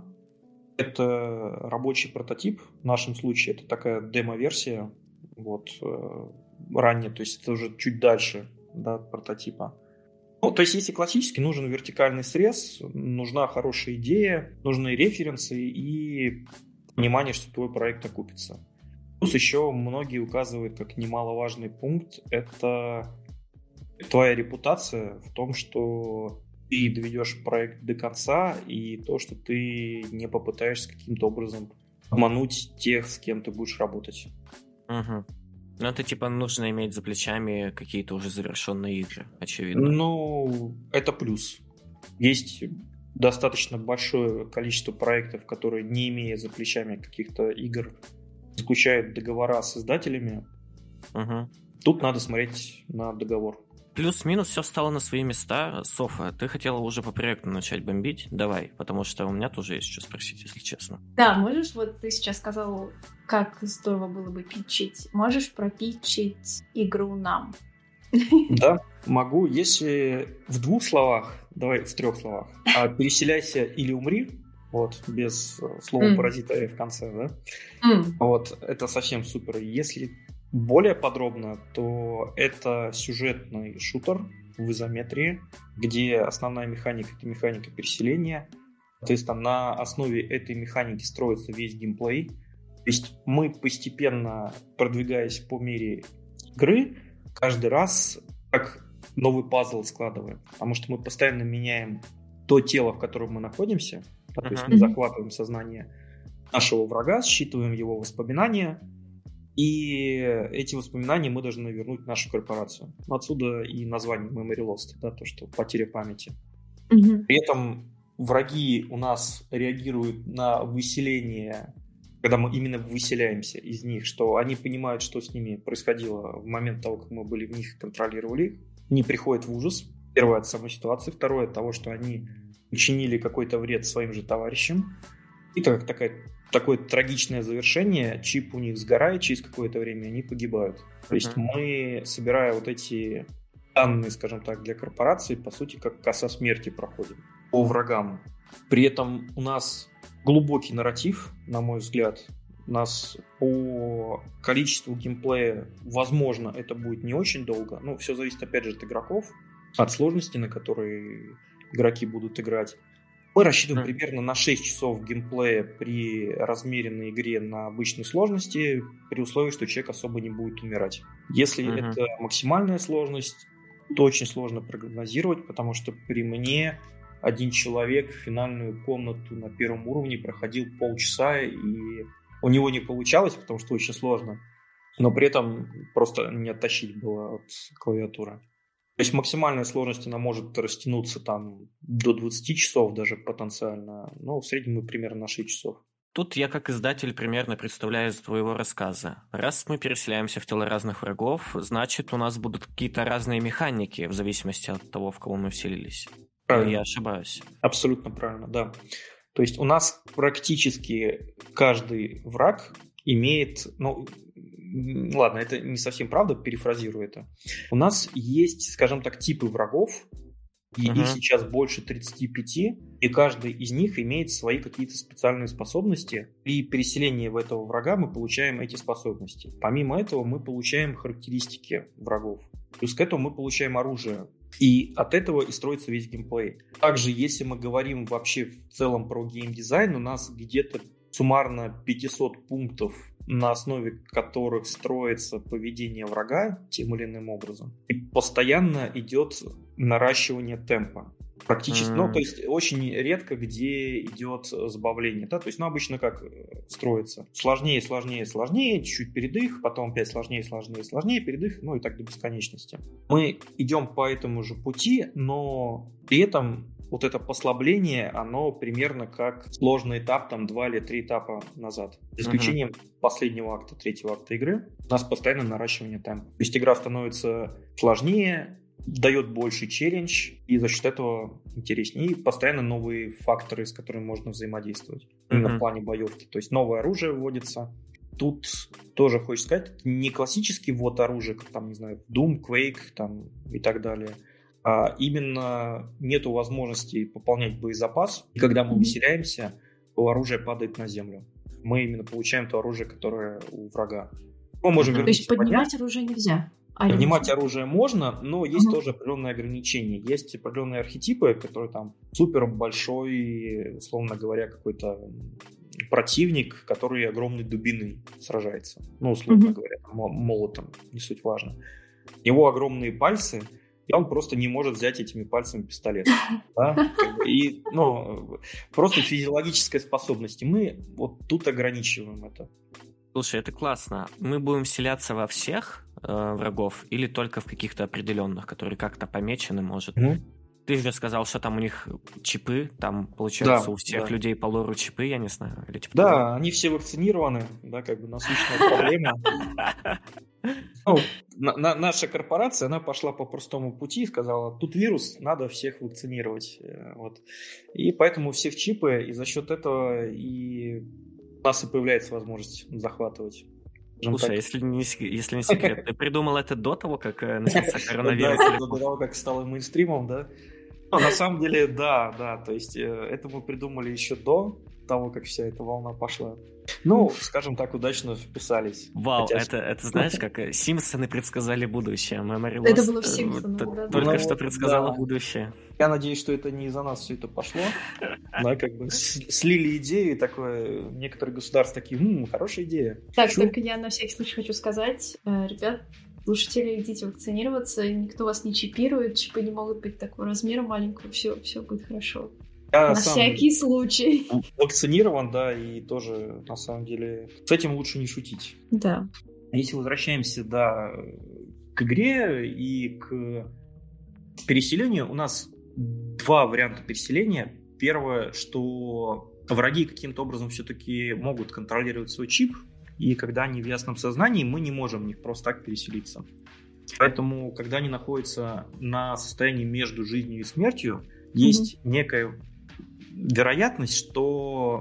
это рабочий прототип. В нашем случае это такая демо-версия. Вот, ранее, то есть это уже чуть дальше, да, прототипа. Ну, то есть если классически нужен вертикальный срез, нужна хорошая идея, нужны референсы и понимание, что твой проект окупится. Плюс еще многие указывают как немаловажный пункт, это твоя репутация в том, что ты доведешь проект до конца, и то, что ты не попытаешься каким-то образом обмануть тех, с кем ты будешь работать. Угу. Ну, это типа нужно иметь за плечами какие-то уже завершенные игры, очевидно. Ну, это плюс. Есть достаточно большое количество проектов, которые, не имея за плечами каких-то игр, заключают договора с издателями. Угу. Тут надо смотреть на договор. Плюс-минус все стало на свои места. Софа, ты хотела уже по проекту начать бомбить? Давай, потому что у меня тоже есть что спросить, если честно. Да, можешь, вот ты сейчас сказал, как здорово было бы питчить. Можешь пропитчить игру нам? Да, могу. Если в двух словах, давай в трех словах. Переселяйся или умри. Вот, без слова mm. паразита в конце, да? Mm. Вот, это совсем супер. Если более подробно, то это сюжетный шутер в изометрии, где основная механика — это механика переселения. Соответственно, на основе этой механики строится весь геймплей. То есть мы постепенно, продвигаясь по мере игры, каждый раз как новый пазл складываем. Потому что мы постоянно меняем то тело, в котором мы находимся. Да, то uh-huh. есть мы захватываем сознание нашего врага, считываем его воспоминания, и эти воспоминания мы должны вернуть в нашу корпорацию. Отсюда и название Memory Lost, да, то, что потеря памяти. Uh-huh. При этом враги у нас реагируют на выселение, когда мы именно выселяемся из них, что они понимают, что с ними происходило в момент того, как мы были в них и контролировали их, не приходят в ужас. Первое — от самой ситуации, второе — от того, что они учинили какой-то вред своим же товарищам. И так, такая такое трагичное завершение, чип у них сгорает через какое-то время, они погибают. То есть uh-huh. мы, собирая вот эти данные, скажем так, для корпорации, по сути, как коса смерти проходим по врагам. При этом у нас глубокий нарратив, на мой взгляд. У нас по количеству геймплея, возможно, это будет не очень долго. Ну, все зависит, опять же, от игроков, от сложности, на которые игроки будут играть. Мы рассчитываем mm. примерно на шесть часов геймплея при размеренной игре на обычной сложности, при условии, что человек особо не будет умирать. Если mm-hmm. это максимальная сложность, то очень сложно прогнозировать, потому что при мне один человек в финальную комнату на первом уровне проходил полчаса, и у него не получалось, потому что очень сложно, но при этом просто не оттащить было от клавиатуры. То есть максимальная сложность, она может растянуться там до двадцать часов даже потенциально, но в среднем мы примерно на шесть часов. Тут я как издатель примерно представляю из твоего рассказа. Раз мы переселяемся в тела разных врагов, значит, у нас будут какие-то разные механики в зависимости от того, в кого мы вселились. Правильно. Я ошибаюсь. Абсолютно правильно, да. То есть у нас практически каждый враг имеет... ну, ладно, это не совсем правда, перефразирую это. У нас есть, скажем так, типы врагов, и uh-huh. их сейчас больше тридцать пять, и каждый из них имеет свои какие-то специальные способности. При переселении в этого врага мы получаем эти способности. Помимо этого мы получаем характеристики врагов. Плюс к этому мы получаем оружие. И от этого и строится весь геймплей. Также, если мы говорим вообще в целом про геймдизайн, у нас где-то суммарно пятьсот пунктов, на основе которых строится поведение врага тем или иным образом. И постоянно идет наращивание темпа. Практически, mm-hmm. ну, то есть очень редко где идет сбавление, да, то есть, ну, обычно как строится? Сложнее, сложнее, сложнее, чуть-чуть передых, потом опять сложнее, сложнее, сложнее, передых, ну, и так до бесконечности. Мы идем по этому же пути, но при этом вот это послабление, оно примерно как сложный этап, там, два или три этапа назад. За исключением uh-huh. последнего акта, третьего акта игры, у нас постоянно наращивание темпа. То есть игра становится сложнее, дает больше челлендж, и за счет этого интереснее. И постоянно новые факторы, с которыми можно взаимодействовать. Именно uh-huh. в плане боевки. То есть новое оружие вводится. Тут тоже хочется сказать, это не классический ввод оружия, как там, не знаю, Doom, Quake там, и так далее. А именно нету возможности пополнять боезапас. И когда мы mm-hmm. выселяемся, то оружие падает на землю. Мы именно получаем то оружие, которое у врага. Мы можем mm-hmm. То есть поднимать поднять. Оружие нельзя? А поднимать оружие можно, но есть mm-hmm. тоже определенные ограничения. Есть определенные архетипы, которые там супер большой, условно говоря, какой-то противник, который огромной дубиной сражается. Ну, условно mm-hmm. говоря, молотом, не суть важно. У него огромные пальцы, и он просто не может взять этими пальцами пистолет. Да? И, ну, просто физиологическая способность. И мы вот тут ограничиваем это. Слушай, это классно. Мы будем вселяться во всех э, врагов или только в каких-то определенных, которые как-то помечены, может? Mm-hmm. Ты же сказал, что там у них чипы, там, получается, да, у всех да. людей по лору чипы, я не знаю. Или типа да, того. Они все вакцинированы, да, как бы насущная проблема. Ну, на, на, наша корпорация, она пошла по простому пути и сказала, тут вирус, надо всех вакцинировать. Вот. И поэтому у всех чипы, и за счет этого и у нас и появляется возможность захватывать. Слушай, так. если не, если не секрет, ты придумал это до того, как начался коронавирус? Да, до того, как стало мейнстримом, да? Ну, на самом деле, да, да, то есть это мы придумали еще до того, как вся эта волна пошла. Ну, скажем так, удачно вписались. Вау, Хотя... это, это знаешь, как Симпсоны предсказали будущее. Memory Lost это было в Симпсонах, да. Только ну, что предсказала да. будущее. Я надеюсь, что это не из-за нас все это пошло. Да, как бы слили идею, и такое, некоторые государства такие, м, хорошая идея. Так, Чу? только я на всякий случай хочу сказать, ребят, слушатели, идите вакцинироваться, никто вас не чипирует, чипы не могут быть такого размера маленького, все, все будет хорошо. Я на сам всякий случай. Вакцинирован, да, и тоже, на самом деле, с этим лучше не шутить. Да. Если возвращаемся, да, к игре и к переселению, у нас два варианта переселения. Первое, что враги каким-то образом все-таки могут контролировать свой чип, и когда они в ясном сознании, мы не можем в них просто так переселиться. Поэтому, когда они находятся на состоянии между жизнью и смертью, mm-hmm. есть некая вероятность, что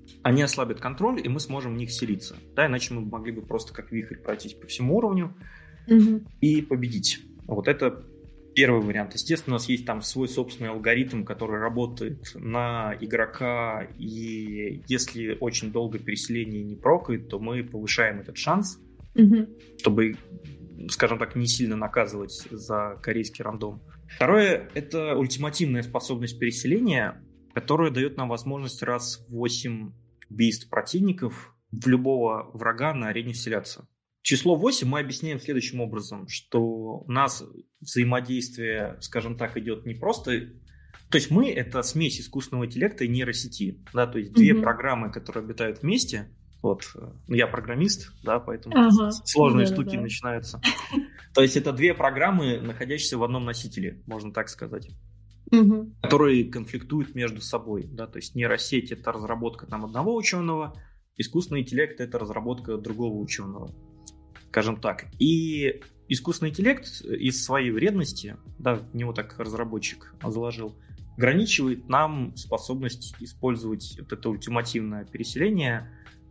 они ослабят контроль, и мы сможем в них селиться. Да, иначе мы могли бы просто как вихрь пройтись по всему уровню угу. и победить. Вот это первый вариант. Естественно, у нас есть там свой собственный алгоритм, который работает на игрока, и если очень долго переселение не прокает, то мы повышаем этот шанс, угу. чтобы, скажем так, не сильно наказывать за корейский рандом. Второе – это ультимативная способность переселения, которая дает нам возможность раз в восемь убийств противников в любого врага на арене вселяться. Число восемь мы объясняем следующим образом, что у нас взаимодействие, скажем так, идет не просто... То есть мы — это смесь искусственного интеллекта и нейросети. Да? То есть две mm-hmm. программы, которые обитают вместе. Вот, я программист, да, поэтому ага. сложные да, штуки да. начинаются. То есть это две программы, находящиеся в одном носителе, можно так сказать. Угу. Которые конфликтуют между собой. Да? То есть нейросеть — это разработка там, одного ученого, искусственный интеллект — это разработка другого ученого. Скажем так. И искусственный интеллект из своей вредности, да, в него так разработчик заложил, ограничивает нам способность использовать вот это ультимативное переселение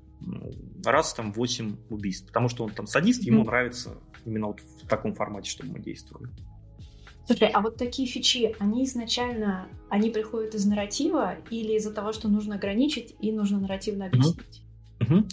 раз там восемь убийств. Потому что он там садист, ему mm. нравится именно вот в таком формате, чтобы мы действовали. Слушай, а вот такие фичи, они изначально, они приходят из нарратива или из-за того, что нужно ограничить и нужно нарративно объяснить? Mm-hmm. Mm-hmm.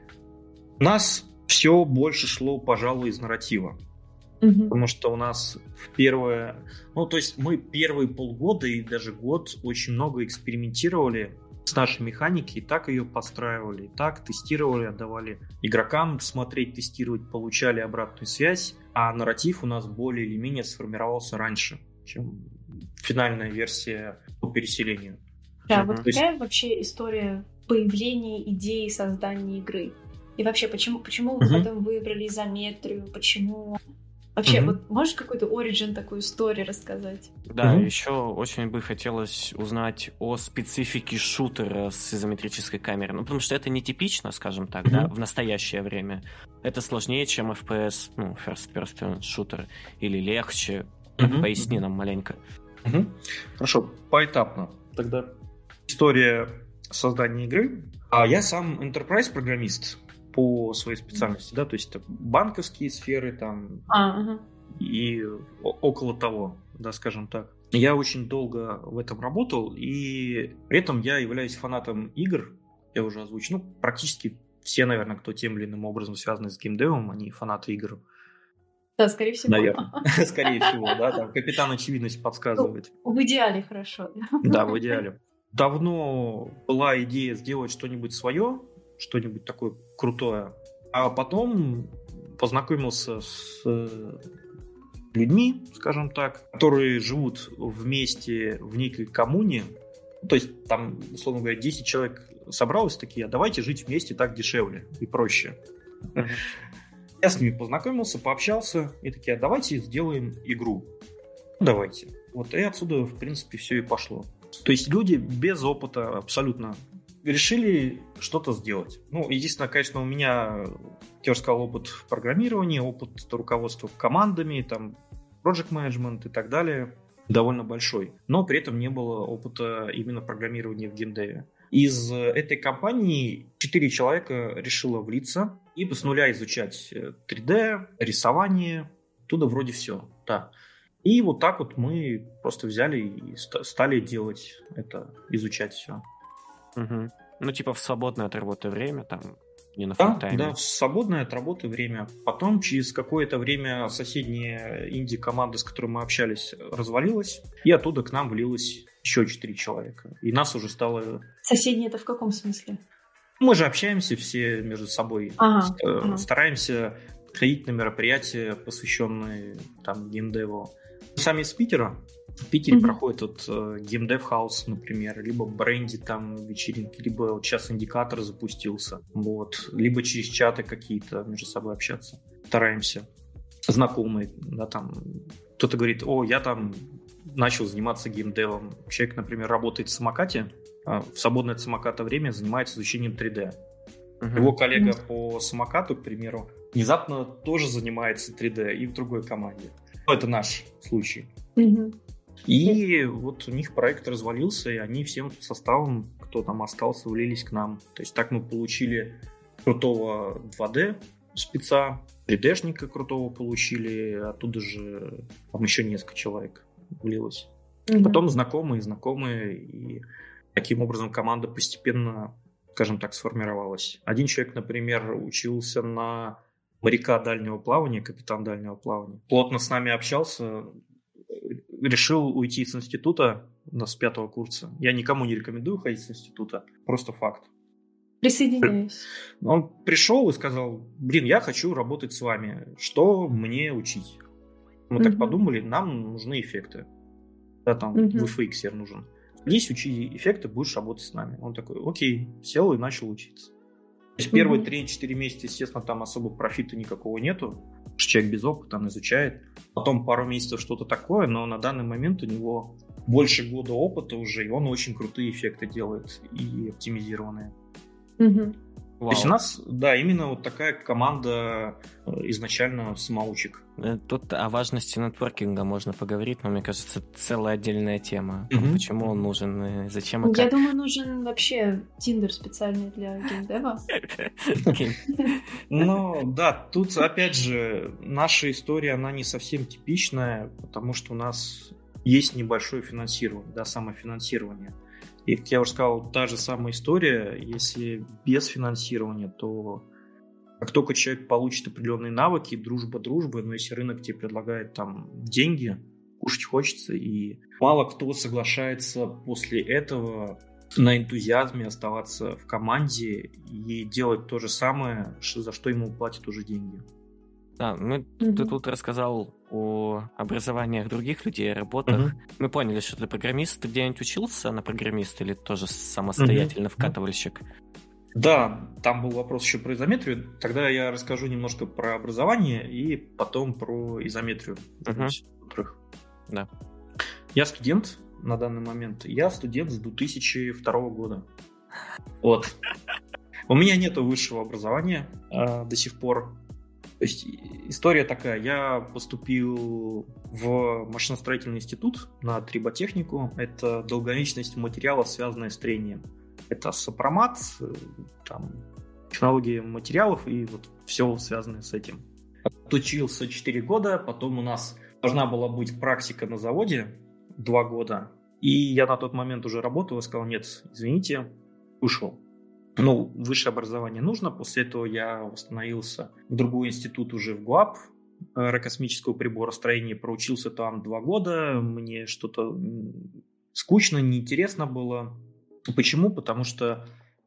У нас все больше шло, пожалуй, из нарратива. Mm-hmm. Потому что у нас в первое... Ну, то есть мы первые полгода и даже год очень много экспериментировали с нашей механикой, и так ее постраивали, и так тестировали, отдавали игрокам смотреть, тестировать, получали обратную связь, а нарратив у нас более или менее сформировался раньше, чем финальная версия по переселению. Да, mm-hmm. вот какая есть... вообще история появления идеи создания игры? И вообще, почему, почему вы uh-huh. потом выбрали изометрию? Почему... Вообще, uh-huh. вот можешь какой-то origin, такую историю рассказать? Да, uh-huh. еще очень бы хотелось узнать о специфике шутера с изометрической камерой. Ну, потому что это нетипично, скажем так, uh-huh. да, в настоящее время. Это сложнее, чем эф пи эс, ну, first person shooter, или легче. Uh-huh. Поясни нам маленько. Uh-huh. Хорошо, поэтапно. Тогда история создания игры. А я сам enterprise-программист по своей специальности, да, то есть это банковские сферы там а, и около того, да, скажем так. Я очень долго в этом работал, и при этом я являюсь фанатом игр, я уже озвучил, ну, практически все, наверное, кто тем или иным образом связаны с геймдевом, они фанаты игр. Да, скорее всего. Наверное, скорее всего, да, там капитан очевидность подсказывает. В идеале хорошо. Да, в идеале. Давно была идея сделать что-нибудь свое, что-нибудь такое крутое. А потом познакомился с людьми, скажем так, которые живут вместе в некой коммуне. То есть там, условно говоря, десять человек собралось такие, а давайте жить вместе, так дешевле и проще. Uh-huh. Я с ними познакомился, пообщался, и такие, а давайте сделаем игру. Давайте. Вот и отсюда, в принципе, все и пошло. То есть люди без опыта абсолютно решили что-то сделать. Ну, единственное, конечно, у меня, я уже сказал, опыт программирования, опыт руководства командами, там, project management и так далее довольно большой. Но при этом не было опыта именно программирования в геймдеве. Из этой компании четыре человека решило влиться и с нуля изучать три дэ, рисование, оттуда вроде все. Да. И вот так вот мы просто взяли и стали делать это, изучать все. Угу. Ну, типа в свободное от работы время, там, не на да, фултайме. Да, в свободное от работы время. Потом, через какое-то время, соседняя инди-команда, с которой мы общались, развалилась, и оттуда к нам влилось еще четыре человека. И нас уже стало... Соседние это в каком смысле? Мы же общаемся все между собой. Ага, ага. Стараемся ходить на мероприятия, посвященные там геймдеву. Сами из Питера. В Питере mm-hmm. проходит вот uh, Game Dev House, например, либо бренди там вечеринки, либо вот сейчас индикатор запустился, вот, либо через чаты какие-то между собой общаться. Стараемся. Знакомые, да, там, кто-то говорит, о, я там начал заниматься геймдевом. Человек, например, работает в самокате, а в свободное от самоката время занимается изучением три дэ. Mm-hmm. Его коллега mm-hmm. по самокату, к примеру, внезапно тоже занимается три дэ и в другой команде. Это наш случай. Mm-hmm. И вот у них проект развалился, и они всем составом, кто там остался, влились к нам. То есть так мы получили крутого два дэ спеца, три дэ-шника крутого получили, оттуда же там еще несколько человек влилось. Mm-hmm. Потом знакомые, знакомые, и таким образом команда постепенно, скажем так, сформировалась. Один человек, например, учился на моряка дальнего плавания, капитан дальнего плавания. Плотно с нами общался, решил уйти с института с пятого курса. Я никому не рекомендую ходить с института, просто факт. Присоединяюсь. Он пришел и сказал: блин, я хочу работать с вами, что мне учить? Мы угу. так подумали, нам нужны эффекты. Да, там угу. ви эф икс нужен. Садись, учи эффекты, будешь работать с нами. Он такой: окей, сел и начал учиться. То есть первые три-четыре месяца, естественно, там особо профита никакого нету. Человек без опыта, он изучает. Потом пару месяцев что-то такое, но на данный момент у него больше года опыта уже, и он очень крутые эффекты делает и оптимизированные. Угу. То есть у нас, да, именно вот такая команда изначально самоучек. Тут о важности нетворкинга можно поговорить, но мне кажется, целая отдельная тема. Mm-hmm. Почему он нужен и зачем и как. Я думаю, нужен вообще Тиндер специальный для геймдева. Ну, да, тут, опять же, наша история, она не совсем типичная, потому что у нас есть небольшое финансирование, да, самофинансирование. И, как я уже сказал, та же самая история, если без финансирования, то как только человек получит определенные навыки, дружба дружбы, но если рынок тебе предлагает там деньги, кушать хочется, и мало кто соглашается после этого на энтузиазме оставаться в команде и делать то же самое, за что ему платят уже деньги. Да, ну mm-hmm. ты тут рассказал о образованиях других людей, о работах. Mm-hmm. Мы поняли, что ты программист. Ты где-нибудь учился на программиста или тоже самостоятельно mm-hmm. вкатывальщик? Да, там был вопрос еще про изометрию. Тогда я расскажу немножко про образование и потом про изометрию. Mm-hmm. Да. Я студент на данный момент. Я студент с две тысячи второго года. Вот. У меня нету высшего образования э, до сих пор. То есть история такая. Я поступил в машиностроительный институт на триботехнику. Это долговечность материалов, связанная с трением. Это сопромат, там, технологии материалов и вот все связанное с этим. Отучился четыре года, потом у нас должна была быть практика на заводе два года. И я на тот момент уже работал и сказал: нет, извините, ушел. Ну, высшее образование нужно. После этого я восстановился в другой институт уже в ГУАП, аэрокосмического приборостроения, проучился там два года. Мне что-то скучно, неинтересно было. Почему? Потому что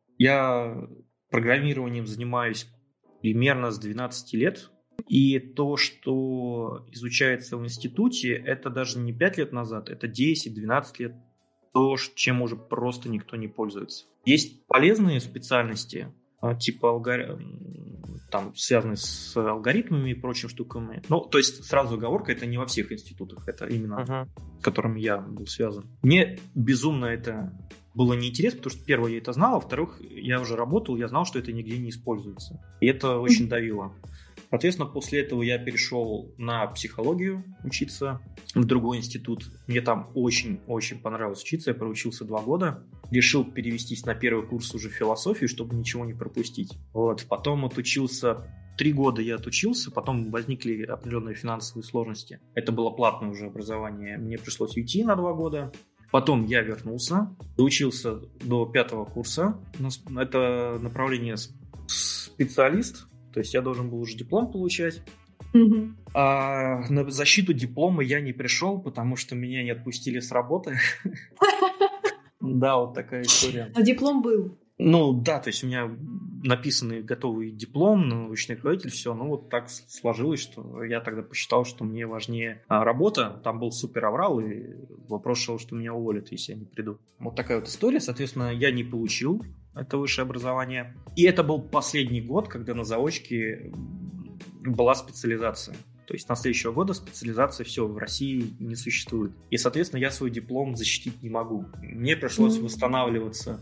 я программированием занимаюсь примерно с двенадцати лет. И то, что изучается в институте, это даже не пять лет назад, это десять-двенадцать лет. То, чем уже просто никто не пользуется. Есть полезные специальности, типа алгори... там, связанные с алгоритмами и прочими штуками. Ну, то есть, сразу оговорка, это не во всех институтах, это именно uh-huh. с которыми я был связан. Мне безумно это было неинтересно, потому что, первое, я это знал, а во-вторых, я уже работал, я знал, что это нигде не используется. И это очень давило. Соответственно, после этого я перешел на психологию учиться в другой институт. Мне там очень-очень понравилось учиться. Я проучился два года. Решил перевестись на первый курс уже философию, чтобы ничего не пропустить. Вот. Потом отучился. Три года я отучился, потом возникли определенные финансовые сложности. Это было платное уже образование. Мне пришлось уйти на два года. Потом я вернулся, доучился до пятого курса. Это направление специалист. То есть я должен был уже диплом получать. Mm-hmm. А на защиту диплома я не пришел, потому что меня не отпустили с работы. Да, вот такая история. А диплом был? Ну да, то есть у меня написанный готовый диплом, научный руководитель, все. Ну вот так сложилось, что я тогда посчитал, что мне важнее работа. Там был супер аврал, и вопрос шел, что меня уволят, если я не приду. Вот такая вот история. Соответственно, я не получил это высшее образование. И это был последний год, когда на заочке была специализация. То есть на следующего года специализация все в России не существует. И, соответственно, я свой диплом защитить не могу. Мне пришлось mm-hmm. восстанавливаться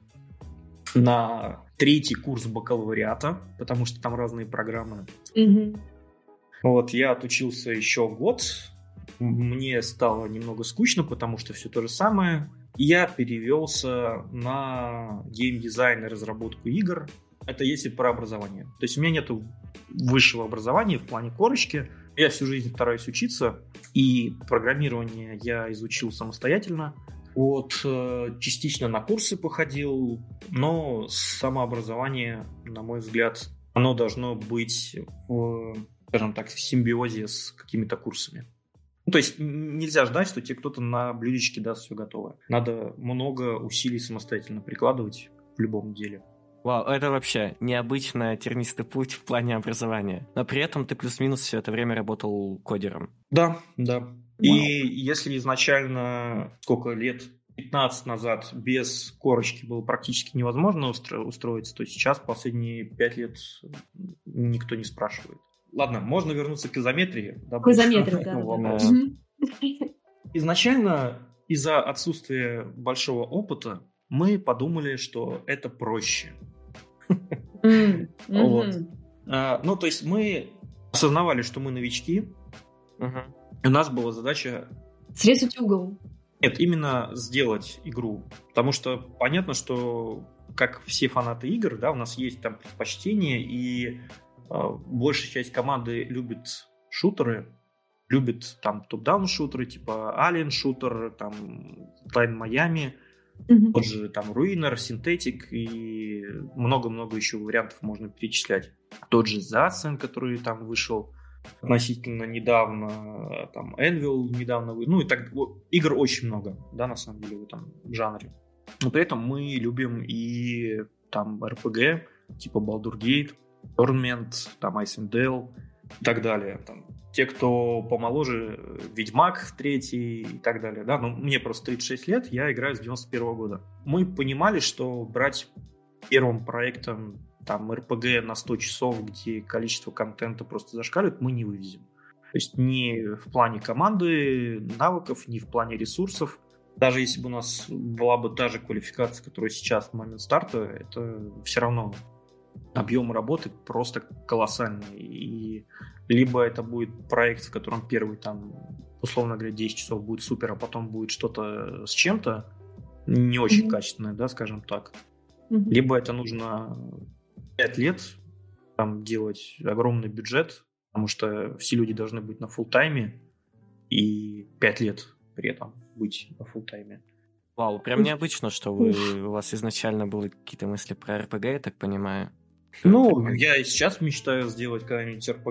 на третий курс бакалавриата, потому что там разные программы. Mm-hmm. Вот, я отучился еще год. мне стало немного скучно, потому что все то же самое. Я перевелся на геймдизайн и разработку игр. Это если про образование. То есть у меня нет высшего образования в плане корочки. Я всю жизнь стараюсь учиться, и программирование я изучил самостоятельно. Вот, частично на курсы походил, но самообразование, на мой взгляд, оно должно быть в, скажем так, в симбиозе с какими-то курсами. Ну, то есть нельзя ждать, что тебе кто-то на блюдечке даст все готовое. Надо много усилий самостоятельно прикладывать в любом деле. Вау, это вообще необычный тернистый путь в плане образования. Но при этом ты плюс-минус все это время работал кодером. Да, да. И если изначально, сколько лет, пятнадцать назад без корочки было практически невозможно устро- устроиться, то сейчас последние пять лет никто не спрашивает. Ладно, можно вернуться к изометрии. Да, к изометрии, да. да. Изначально из-за отсутствия большого опыта мы подумали, что это проще. Mm-hmm. Вот. А, ну, то есть мы осознавали, что мы новички, uh-huh. и у нас была задача... Срезать угол. Нет, именно сделать игру. Потому что понятно, что как все фанаты игр, да, у нас есть там предпочтения, и э, большая часть команды любит шутеры, любит там топ-даун шутеры, типа Alien шутер, там Hotline Miami, mm-hmm. тот же там Ruiner, Synthetic и много-много еще вариантов можно перечислять. Тот же Zazen, который там вышел относительно недавно, там Anvil недавно, ну и так, игр очень много, да, на самом деле в этом жанре. Но при этом мы любим и там эр пи джи, типа Baldur's Gate, Torment, там Icewind Dale и так далее. Там, те, кто помоложе, Ведьмак третий и так далее, да, ну мне просто тридцать шесть лет, я играю с девяносто первого года. Мы понимали, что брать первым проектом там эр пи джи на сто часов, где количество контента просто зашкаливает, мы не вывезем. То есть ни в плане команды, навыков, ни в плане ресурсов. Даже если бы у нас была бы та же квалификация, которая сейчас в момент старта, это все равно объем работы просто колоссальный. И либо это будет проект, в котором первый, там, условно говоря, десять часов будет супер, а потом будет что-то с чем-то не очень mm-hmm. качественное, да, скажем так. Mm-hmm. Либо это нужно пять лет там делать огромный бюджет, потому что все люди должны быть на фулл-тайме, и пять лет при этом быть на фулл-тайме. Вау, прям необычно, что вы, у вас изначально были какие-то мысли про эр пи джи, я так понимаю. Ну, я и сейчас мечтаю сделать какой-нибудь эр пи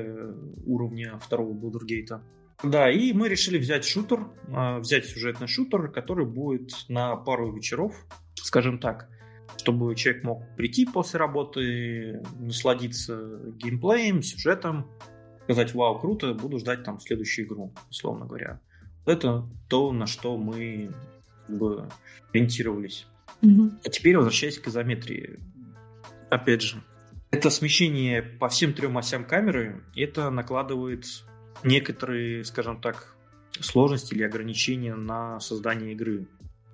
джи уровня второго Baldur's Gate. Да, и мы решили взять шутер, взять сюжетный шутер, который будет на пару вечеров, скажем так, чтобы человек мог прийти после работы, насладиться геймплеем, сюжетом, сказать: вау, круто, буду ждать там следующую игру, условно говоря. Это то, на что мы как бы ориентировались. Mm-hmm. А теперь возвращаясь к изометрии. Опять же, это смещение по всем трем осям камеры, это накладывает некоторые, скажем так, сложности или ограничения на создание игры.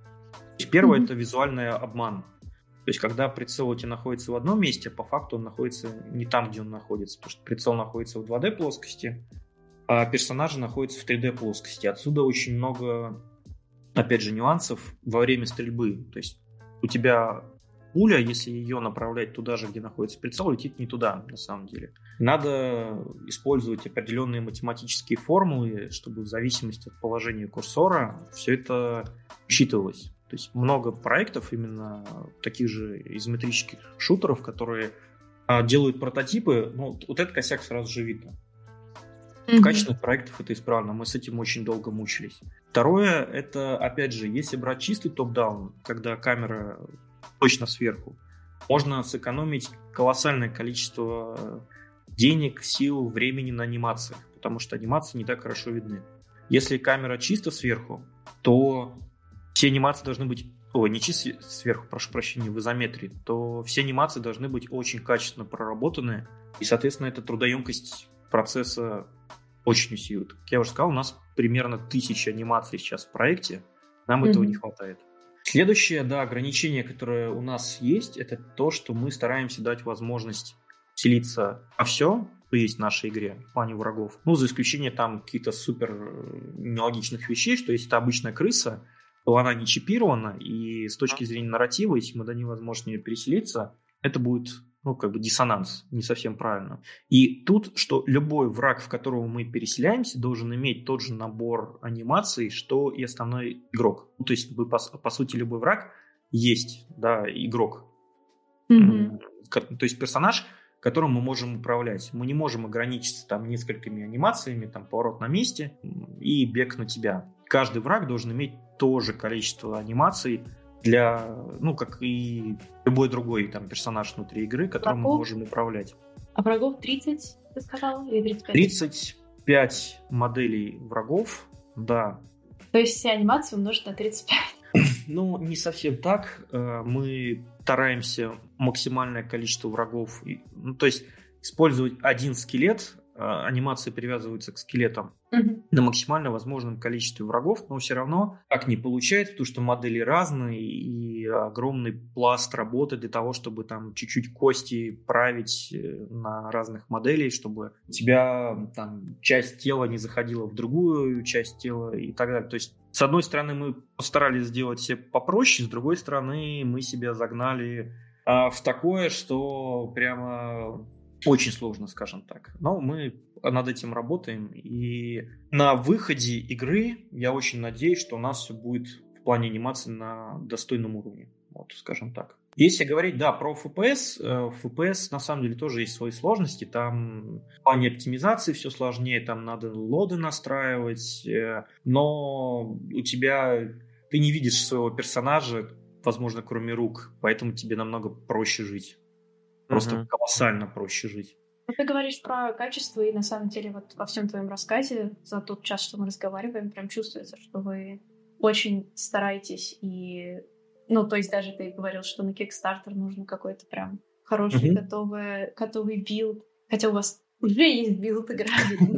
Первое mm-hmm. это визуальный обман. То есть, когда прицел у тебя находится в одном месте, по факту он находится не там, где он находится, потому что прицел находится в два дэ плоскости, а персонажи находятся в три дэ плоскости. Отсюда очень много, опять же, нюансов во время стрельбы. То есть, у тебя пуля, если ее направлять туда же, где находится прицел, летит не туда, на самом деле. Надо использовать определенные математические формулы, чтобы в зависимости от положения курсора все это учитывалось. То есть много проектов именно таких же изометрических шутеров, которые а, делают прототипы. Ну, вот этот косяк сразу же видно. Mm-hmm. В качественных проектах это исправлено. Мы с этим очень долго мучились. Второе, это, опять же, если брать чистый топ-даун, когда камера точно сверху, можно сэкономить колоссальное количество денег, сил, времени на анимациях, потому что анимации не так хорошо видны. Если камера чисто сверху, то все анимации должны быть... Ой, не чисто сверху, прошу прощения, в изометрии, то все анимации должны быть очень качественно проработаны, и, соответственно, эта трудоемкость процесса очень усиливает. Как я уже сказал, у нас примерно тысяча анимаций сейчас в проекте, нам mm-hmm. этого не хватает. Следующее, да, ограничение, которое у нас есть, это то, что мы стараемся дать возможность селиться во все, что есть в нашей игре в плане врагов. Ну, за исключением там каких-то супер нелогичных вещей, что если это обычная крыса, то она не чипирована, и с точки зрения нарратива, если мы до нее возможно нее переселиться, это будет, ну, как бы диссонанс, не совсем правильно. И тут, что любой враг, в которого мы переселяемся, должен иметь тот же набор анимаций, что и основной игрок. Ну, то есть, по, по сути, любой враг есть, да, игрок. Mm-hmm. То есть персонаж, которым мы можем управлять. Мы не можем ограничиться там несколькими анимациями, там поворот на месте и бег на тебя. Каждый враг должен иметь то же количество анимаций для, ну, как и любой другой там персонаж внутри игры, которым врагов? Мы можем управлять. А врагов тридцать, ты сказал? Или тридцать пять? тридцать пять моделей врагов, да. То есть все анимации умножить на тридцать пять? Ну, не совсем так. Мы стараемся максимальное количество врагов, ну, то есть использовать один скелет, анимации привязываются к скелетам uh-huh. на максимально возможном количестве врагов, но все равно так не получается, потому что модели разные и огромный пласт работы для того, чтобы там чуть-чуть кости править на разных моделей, чтобы у тебя там часть тела не заходила в другую часть тела и так далее. То есть с одной стороны мы постарались сделать все попроще, с другой стороны мы себя загнали а, в такое, что прямо очень сложно, скажем так. Но мы над этим работаем. И на выходе игры я очень надеюсь, что у нас все будет в плане анимации на достойном уровне. Вот, скажем так. Если говорить, да, про эф пи эс, в эф пи эс на самом деле тоже есть свои сложности. Там в плане оптимизации все сложнее, там надо лоды настраивать, но у тебя... Ты не видишь своего персонажа, возможно, кроме рук, поэтому тебе намного проще жить. Просто uh-huh. колоссально проще жить. Ты говоришь про качество, и на самом деле вот во всем твоем рассказе за тот час, что мы разговариваем, прям чувствуется, что вы очень стараетесь. И, ну, то есть даже ты говорил, что на Kickstarter нужно какой-то прям хороший, uh-huh. готовый, готовый билд. Хотя у вас уже есть билд играбельный.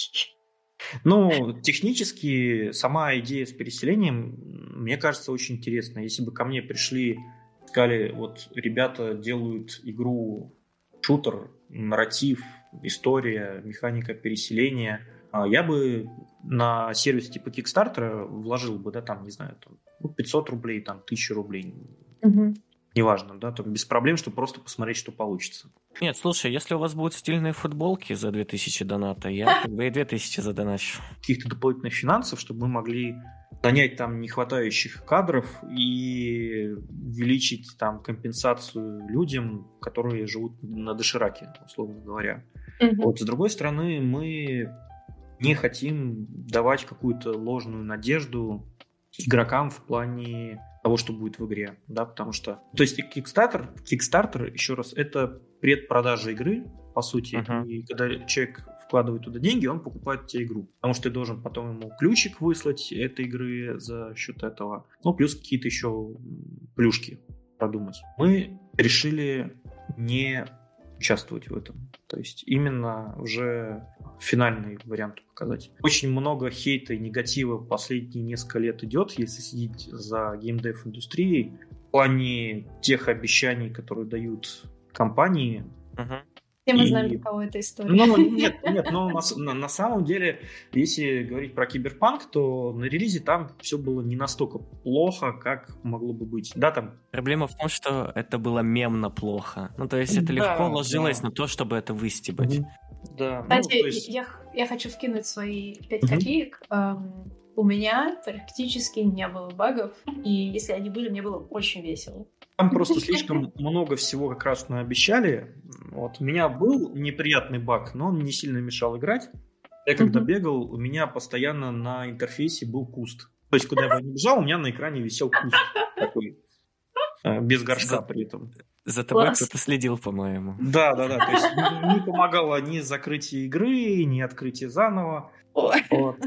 Ну, технически сама идея с переселением, мне кажется, очень интересная. Если бы ко мне пришли... Сказали, вот ребята делают игру, шутер, нарратив, история, механика переселения. Я бы на сервис типа Kickstarter вложил бы, да, там, не знаю, там, пятьсот рублей, там, тысячу рублей. Угу. Неважно, да, там, без проблем, чтобы просто посмотреть, что получится. Нет, слушай, если у вас будут стильные футболки за две тысячи доната, я как бы и две тысячи задоначу. Каких-то дополнительных финансов, чтобы мы могли нанять там нехватающих кадров и увеличить там компенсацию людям, которые живут на дошираке, условно говоря. Mm-hmm. Вот, с другой стороны, мы не хотим давать какую-то ложную надежду игрокам в плане того, что будет в игре, да, потому что... То есть Kickstarter, Kickstarter, еще раз, это предпродажа игры, по сути, uh-huh. и когда человек вкладывает туда деньги, он покупает тебе игру, потому что ты должен потом ему ключик выслать этой игры за счет этого, ну, плюс какие-то еще плюшки продумать. Мы решили не участвовать в этом, то есть именно уже финальный вариант показать. Очень много хейта и негатива последние несколько лет идет, если следить за геймдев-индустрией, в плане тех обещаний, которые дают компании. Uh-huh. Все мы и... знаем, для кого эта история. Ну, нет, нет, но на, на самом деле, если говорить про Киберпанк, то на релизе там все было не настолько плохо, как могло бы быть. Да, там... Проблема в том, что это было мемно плохо. Ну, то есть это да, легко ложилось да. на то, чтобы это выстебать. Mm-hmm. Да. Кстати, ну, то есть... я, я хочу вкинуть свои пять mm-hmm. копеек. Эм, у меня практически не было багов, и если они были, мне было очень весело. Там просто слишком много всего как раз наобещали. Вот. У меня был неприятный баг, но он не сильно мешал играть. Я когда mm-hmm. бегал, у меня постоянно на интерфейсе был куст. То есть, куда я не бежал, у меня на экране висел куст такой, без горшка при этом. За тобой Класс. Кто-то следил, по-моему. Да, да, да. То есть не помогало ни закрытие игры, ни открытие заново. Вот.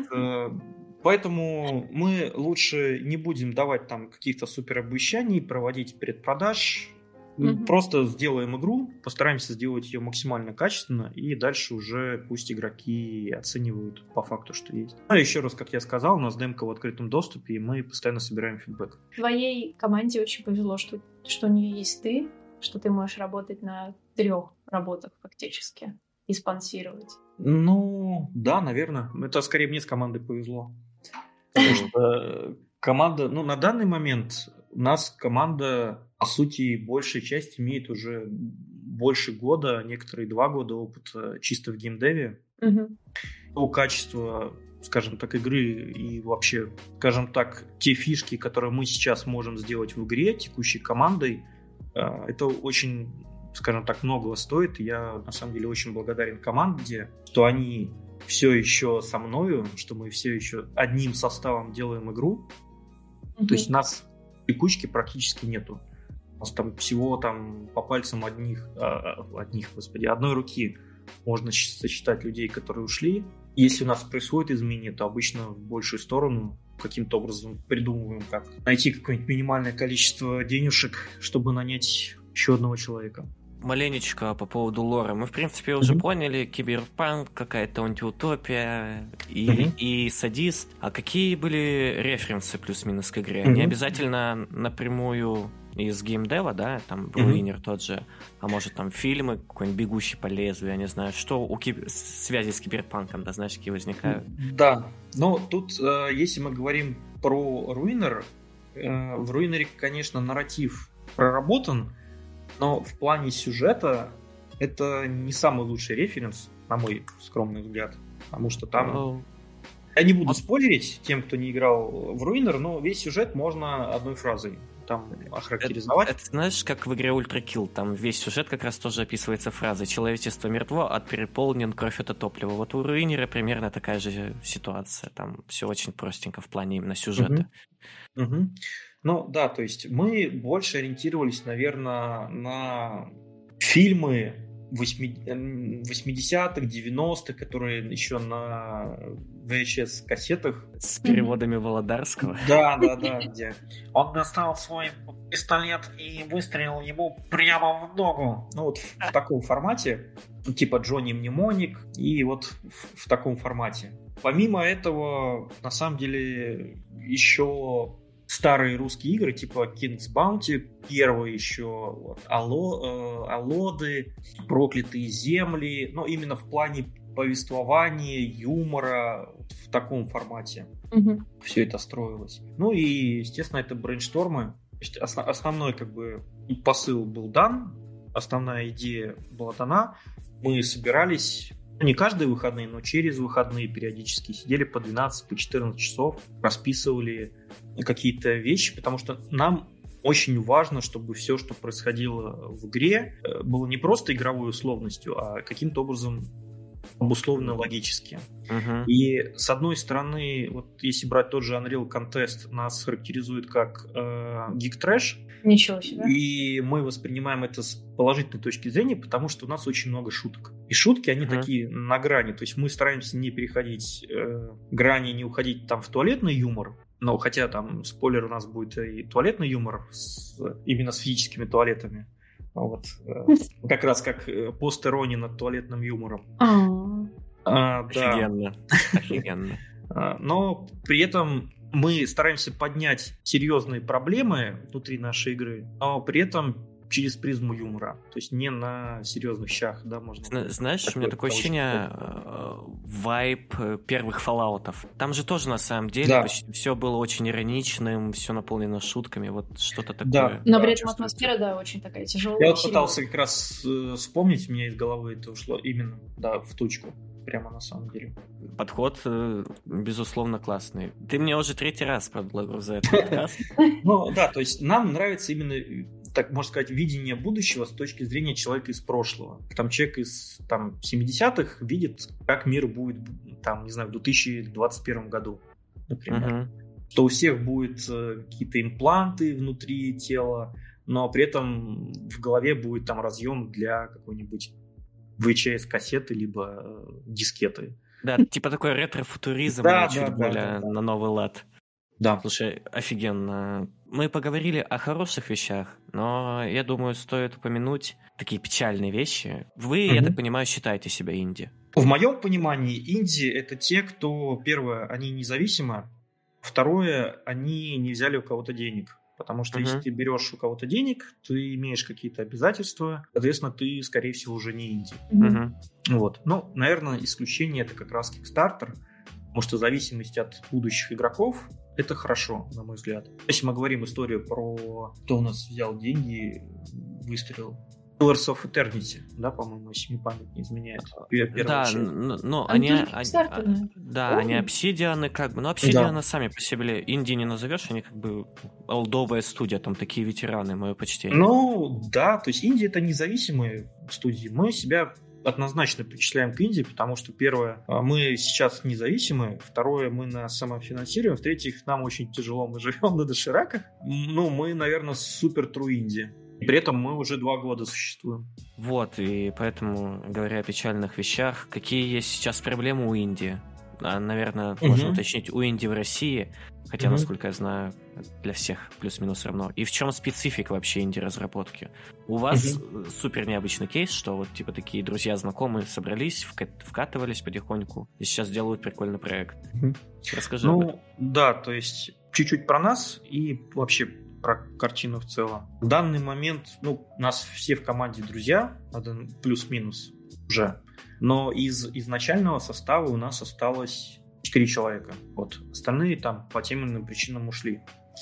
Поэтому мы лучше не будем давать там каких-то суперобещаний, проводить предпродаж. Mm-hmm. Просто сделаем игру, постараемся сделать ее максимально качественно, и дальше уже пусть игроки оценивают по факту, что есть. Ну, еще раз, как я сказал, у нас демка в открытом доступе, и мы постоянно собираем фидбэк. Твоей команде очень повезло, что, что у нее есть ты, что ты можешь работать на трех работах фактически. и спонсировать? Ну, да, наверное. Это скорее мне с командой повезло. Потому что команда, ну, на данный момент у нас команда, по сути, большая часть имеет уже больше года, некоторые два года опыта чисто в геймдеве. Угу. То качество, скажем так, игры и вообще, скажем так, те фишки, которые мы сейчас можем сделать в игре текущей командой, это очень, скажем так, многого стоит. Я, на самом деле, очень благодарен команде, что они все еще со мною, что мы все еще одним составом делаем игру. Mm-hmm. То есть нас текучки практически нету. У нас там всего там по пальцам одних, а, одних, господи, одной руки можно сосчитать людей, которые ушли. Если у нас происходит изменение, то обычно в большую сторону каким-то образом придумываем, как найти какое-нибудь минимальное количество денежек, чтобы нанять еще одного человека. Маленечко по поводу лора. Мы, в принципе, уже mm-hmm. поняли, киберпанк, какая-то антиутопия и, mm-hmm. и садист. А какие были референсы плюс-минус к игре? Mm-hmm. Не обязательно напрямую из геймдева, да, там Руинер mm-hmm. тот же, а может там фильмы, какой-нибудь «Бегущий по лезвию», я не знаю, что у киб... связи с киберпанком, да, знаешь, какие возникают? Да, но тут, э, если мы говорим про Руинер, э, в Руинере, конечно, нарратив проработан, но в плане сюжета это не самый лучший референс, на мой скромный взгляд, потому что там... Oh. Я не буду спойлерить тем, кто не играл в Руинер, но весь сюжет можно одной фразой там охарактеризовать. Это, это знаешь, как в игре Ultra Kill, там весь сюжет как раз тоже описывается фразой «Человечество мертво, ад переполнен, кровь — это топливо». Вот у Руинера примерно такая же ситуация, там все очень простенько в плане именно сюжета. Uh-huh. Uh-huh. Ну да, то есть мы больше ориентировались, наверное, на фильмы восьмидесятых, девяностых, которые еще на ви эйч эс-кассетах. С переводами Володарского. Да, да, да, где он достал свой пистолет и выстрелил ему прямо в ногу. Ну вот в, в таком формате, типа Джонни Мнемоник, и вот в, в таком формате. Помимо этого, на самом деле, еще... старые русские игры, типа King's Bounty, первые еще вот, Алло, э, Аллоды, Проклятые земли, но именно в плане повествования, юмора, вот, в таком формате mm-hmm. все это строилось. Ну и, естественно, это брейнштормы. То есть основ, основной как бы посыл был дан, основная идея была дана. Мы собирались... Не каждые выходные, но через выходные периодически сидели по двенадцать, по четырнадцать часов, расписывали какие-то вещи, потому что нам очень важно, чтобы все, что происходило в игре, было не просто игровой условностью, а каким-то образом обусловлено логически. Uh-huh. И с одной стороны, вот если брать тот же Unreal Contest, нас характеризует как э, гик-трэш. Ничего себе. И мы воспринимаем это с положительной точки зрения, потому что у нас очень много шуток. И шутки, они uh-huh. такие на грани. То есть мы стараемся не переходить э, грани, не уходить там в туалетный юмор. Но хотя там, спойлер, у нас будет и туалетный юмор с, именно с физическими туалетами. Вот. Как раз как пост-ирония над туалетным юмором. А, офигенно. Да. Офигенно. Но при этом мы стараемся поднять серьезные проблемы внутри нашей игры, но при этом через призму юмора. То есть не на серьезных щах, да, можно... Знаешь, у меня такое ощущение вайб первых фоллаутов. Там же тоже, на самом деле, да. почти все было очень ироничным, все наполнено шутками, вот что-то такое. Да, но да, при этом атмосфера, да, очень такая тяжелая. Я вот пытался как раз э, вспомнить, у меня из головы это ушло именно, да, в точку. Прямо на самом деле. Подход, безусловно, классный. Ты мне уже третий раз продал за этот подкаст. Ну да, то есть нам нравится именно, так можно сказать, видение будущего с точки зрения человека из прошлого. Там человек из там, семидесятых видит, как мир будет, там, не знаю, в две тысячи двадцать первом году, например. Uh-huh. Что у всех будут какие-то импланты внутри тела, но при этом в голове будет там разъем для какой-нибудь ви эйч эс-кассеты, либо э, дискеты. Да, типа такой ретро-футуризм, да, чуть да, более да, да. на новый лад. Да. Слушай, офигенно. Мы поговорили о хороших вещах, но я думаю, стоит упомянуть такие печальные вещи. Вы, угу. я так понимаю, считаете себя инди? В моем понимании инди — это те, кто, первое, они независимы, второе, они не взяли у кого-то денег. Потому что Мгм. если ты берешь у кого-то денег, ты имеешь какие-то обязательства, соответственно, ты, скорее всего, уже не инди. Мгм. Вот. Ну, наверное, исключение это как раз Kickstarter, потому что в зависимости от будущих игроков это хорошо, на мой взгляд. Если мы говорим историю про кто у нас взял деньги, выстрелил. Pillars of Eternity, да, по-моему, если мне память не изменяет. Пер- Первая Да, часть. н- но Там они, тоже они- Kickstarter, а, наверное. да, Ой. они обсидианы как бы, ну обсидианы сами по себе инди не назовешь, они как бы олдовая студия, там такие ветераны, мое почтение. Ну, да, то есть инди это независимые студии. Мы себя однозначно причисляем к инди, потому что, первое, мы сейчас независимые, второе, мы на самофинансируем, в-третьих, нам очень тяжело, мы живем на дошираках. Ну, мы, наверное, супер тру инди. При этом мы уже два года существуем. Вот, и поэтому, говоря о печальных вещах, какие есть сейчас проблемы у Индии? А, наверное, Мгм. можно уточнить, у Индии в России, хотя, Мгм. насколько я знаю, для всех плюс-минус равно. И в чем специфика вообще инди-разработки? У вас Мгм. супер необычный кейс, что вот типа такие друзья-знакомые собрались, вка- вкатывались потихоньку, и сейчас делают прикольный проект. Мгм. Расскажи об этом. Ну, да, то есть чуть-чуть про нас и вообще про картину в целом. В данный момент, ну, у нас все в команде друзья, один плюс-минус уже, но из изначального состава у нас осталось четыре человека. Вот. Остальные там по тем или иным причинам ушли.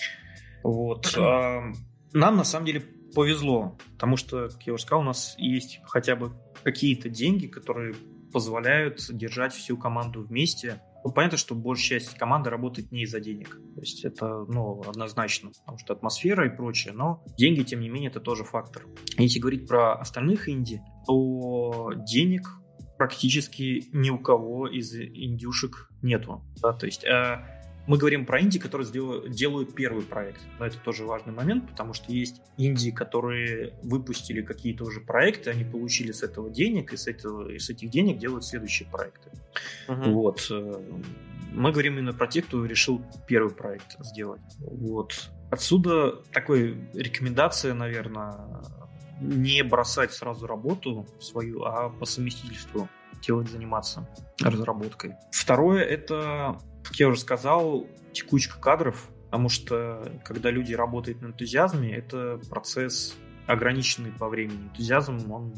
Вот. А, нам на самом деле повезло, потому что, как я уже сказал, у нас есть хотя бы какие-то деньги, которые позволяют держать всю команду вместе. Ну, понятно, что большая часть команды работает не из-за денег. То есть это, ну, однозначно, потому что атмосфера и прочее, но деньги, тем не менее, это тоже фактор. Если говорить про остальных инди, то денег практически ни у кого из индюшек нету. Да? То есть э, мы говорим про инди, которые сделают, делают первый проект. Но это тоже важный момент, потому что есть инди, которые выпустили какие-то уже проекты, они получили с этого денег, и с, этого, и с этих денег делают следующие проекты. Мгм. Вот. Мы говорим именно про тех, кто решил первый проект сделать. Вот. Отсюда такой рекомендация, наверное, не бросать сразу работу свою, а по совместительству делать, заниматься разработкой. Второе, это, как я уже сказал, текучка кадров, потому что когда люди работают на энтузиазме, это процесс ограниченный по времени. Энтузиазм, он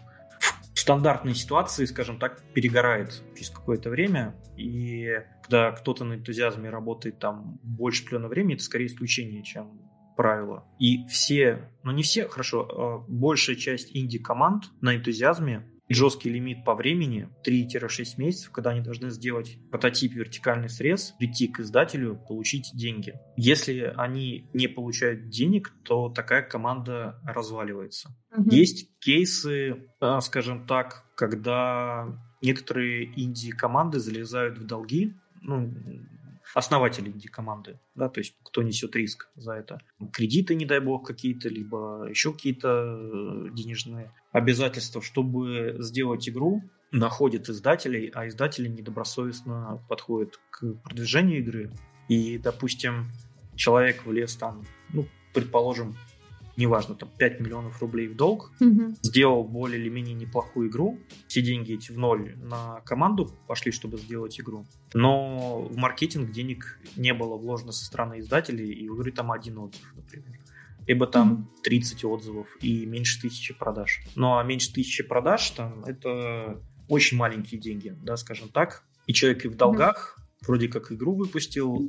в стандартной ситуации, скажем так, перегорает через какое-то время, и когда кто-то на энтузиазме работает там больше определенного времени, это скорее исключение, чем правило. И все, ну не все, хорошо, большая часть инди-команд на энтузиазме, жесткий лимит по времени три-шесть месяцев, когда они должны сделать прототип, вертикальный срез, прийти к издателю, получить деньги. Если они не получают денег, то такая команда разваливается. Мгм. Есть кейсы, скажем так, когда некоторые инди-команды залезают в долги, ну, основатели инди-команды, да, то есть кто несет риск за это. Кредиты, не дай бог, какие-то, либо еще какие-то денежные обязательства, чтобы сделать игру, находят издателей, а издатели недобросовестно подходят к продвижению игры. И, допустим, человек влез там, ну, предположим, неважно, там пять миллионов рублей в долг, Мгм. сделал более или менее неплохую игру, все деньги эти в ноль на команду пошли, чтобы сделать игру, но в маркетинг денег не было вложено со стороны издателей, и у игры там один отзыв, например. Либо там Мгм. тридцать отзывов и меньше тысячи продаж. Ну, а меньше тысячи продаж, там, это очень маленькие деньги, да, скажем так. И человек и в долгах, вроде как игру выпустил,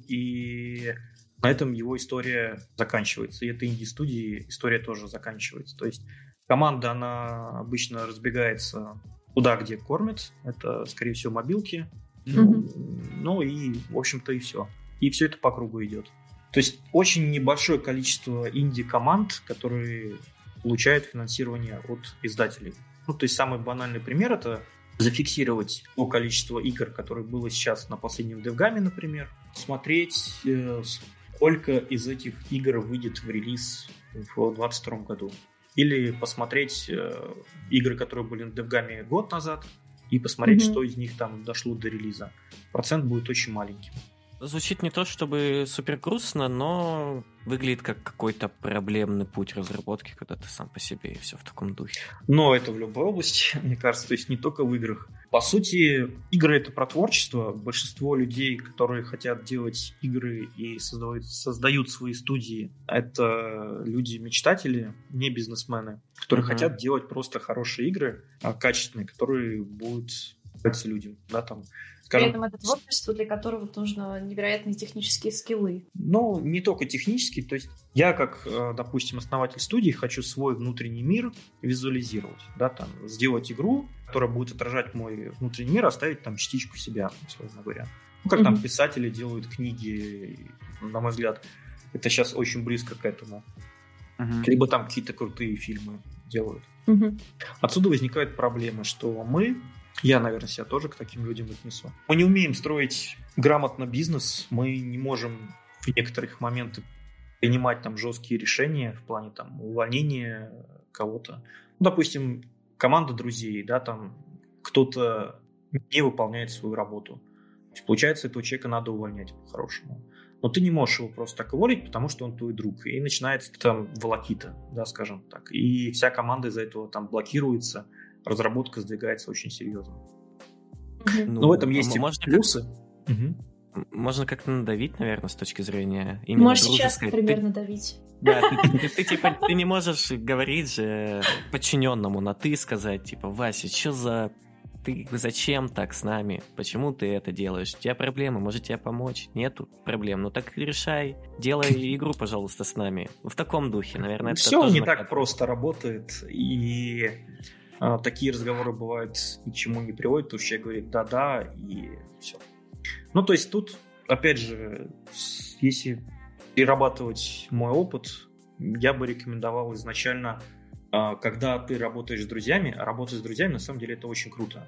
и на этом его история заканчивается. И этой инди-студии история тоже заканчивается. То есть команда, она обычно разбегается туда, где кормят. Это, скорее всего, мобилки. Ну, ну и, в общем-то, и все. И все это по кругу идет. То есть очень небольшое количество инди-команд, которые получают финансирование от издателей. Ну, то есть самый банальный пример – это зафиксировать то количество игр, которое было сейчас на последнем DevGAM, например, смотреть, э, сколько из этих игр выйдет в релиз в двадцать втором году. Или посмотреть э, игры, которые были на DevGAM год назад, и посмотреть, Мгм. что из них там дошло до релиза. Процент будет очень маленьким. звучит не то чтобы супер грустно, но выглядит как какой-то проблемный путь разработки, когда ты сам по себе и все в таком духе. Но это в любой области, мне кажется, то есть не только в играх. По сути, игры — это про творчество. Большинство людей, которые хотят делать игры и создают, создают свои студии, это люди-мечтатели, не бизнесмены, которые uh-huh. хотят делать просто хорошие игры, качественные, которые будут нравиться людям. Да, там, скажем, при этом это творчество, для которого нужно невероятные технические скиллы. Ну, не только технические. То есть я, как, допустим, основатель студии, хочу свой внутренний мир визуализировать. Да, там, сделать игру, которая будет отражать мой внутренний мир, оставить там частичку себя, условно говоря. Ну, как mm-hmm. там писатели делают книги, на мой взгляд, это сейчас очень близко к этому. Mm-hmm. Либо там какие-то крутые фильмы делают. Mm-hmm. Отсюда возникает проблема, что мы... Я, наверное, себя тоже к таким людям отнесу. Мы не умеем строить грамотно бизнес, мы не можем в некоторых моментах принимать там жесткие решения в плане там увольнения кого-то. Ну, допустим, команда друзей, да, там кто-то не выполняет свою работу. То есть, получается, этого человека надо увольнять по-хорошему. Но ты не можешь его просто так уволить, потому что он твой друг. И начинается там волокита, да, скажем так. И вся команда из-за этого там блокируется, разработка сдвигается очень серьезно. Ну, Но в этом есть и плюсы. Как... Угу. Можно как-то надавить, наверное, с точки зрения именно Можешь сейчас, например, ты... надавить. Да, ты, ты, ты, типа, ты не можешь говорить же подчиненному на «ты», сказать, типа, Вася, что за... Ты зачем так с нами? Почему ты это делаешь? У тебя проблемы, может тебе помочь? Нету проблем, ну так решай. Делай игру, пожалуйста, с нами. В таком духе, наверное, это все тоже не так просто работает, и... Такие разговоры бывают ни к чему не приводят, потому что человек говорит «да-да» и все. Ну, то есть тут, опять же, если перерабатывать мой опыт, я бы рекомендовал изначально, когда ты работаешь с друзьями, а работать с друзьями, на самом деле, это очень круто.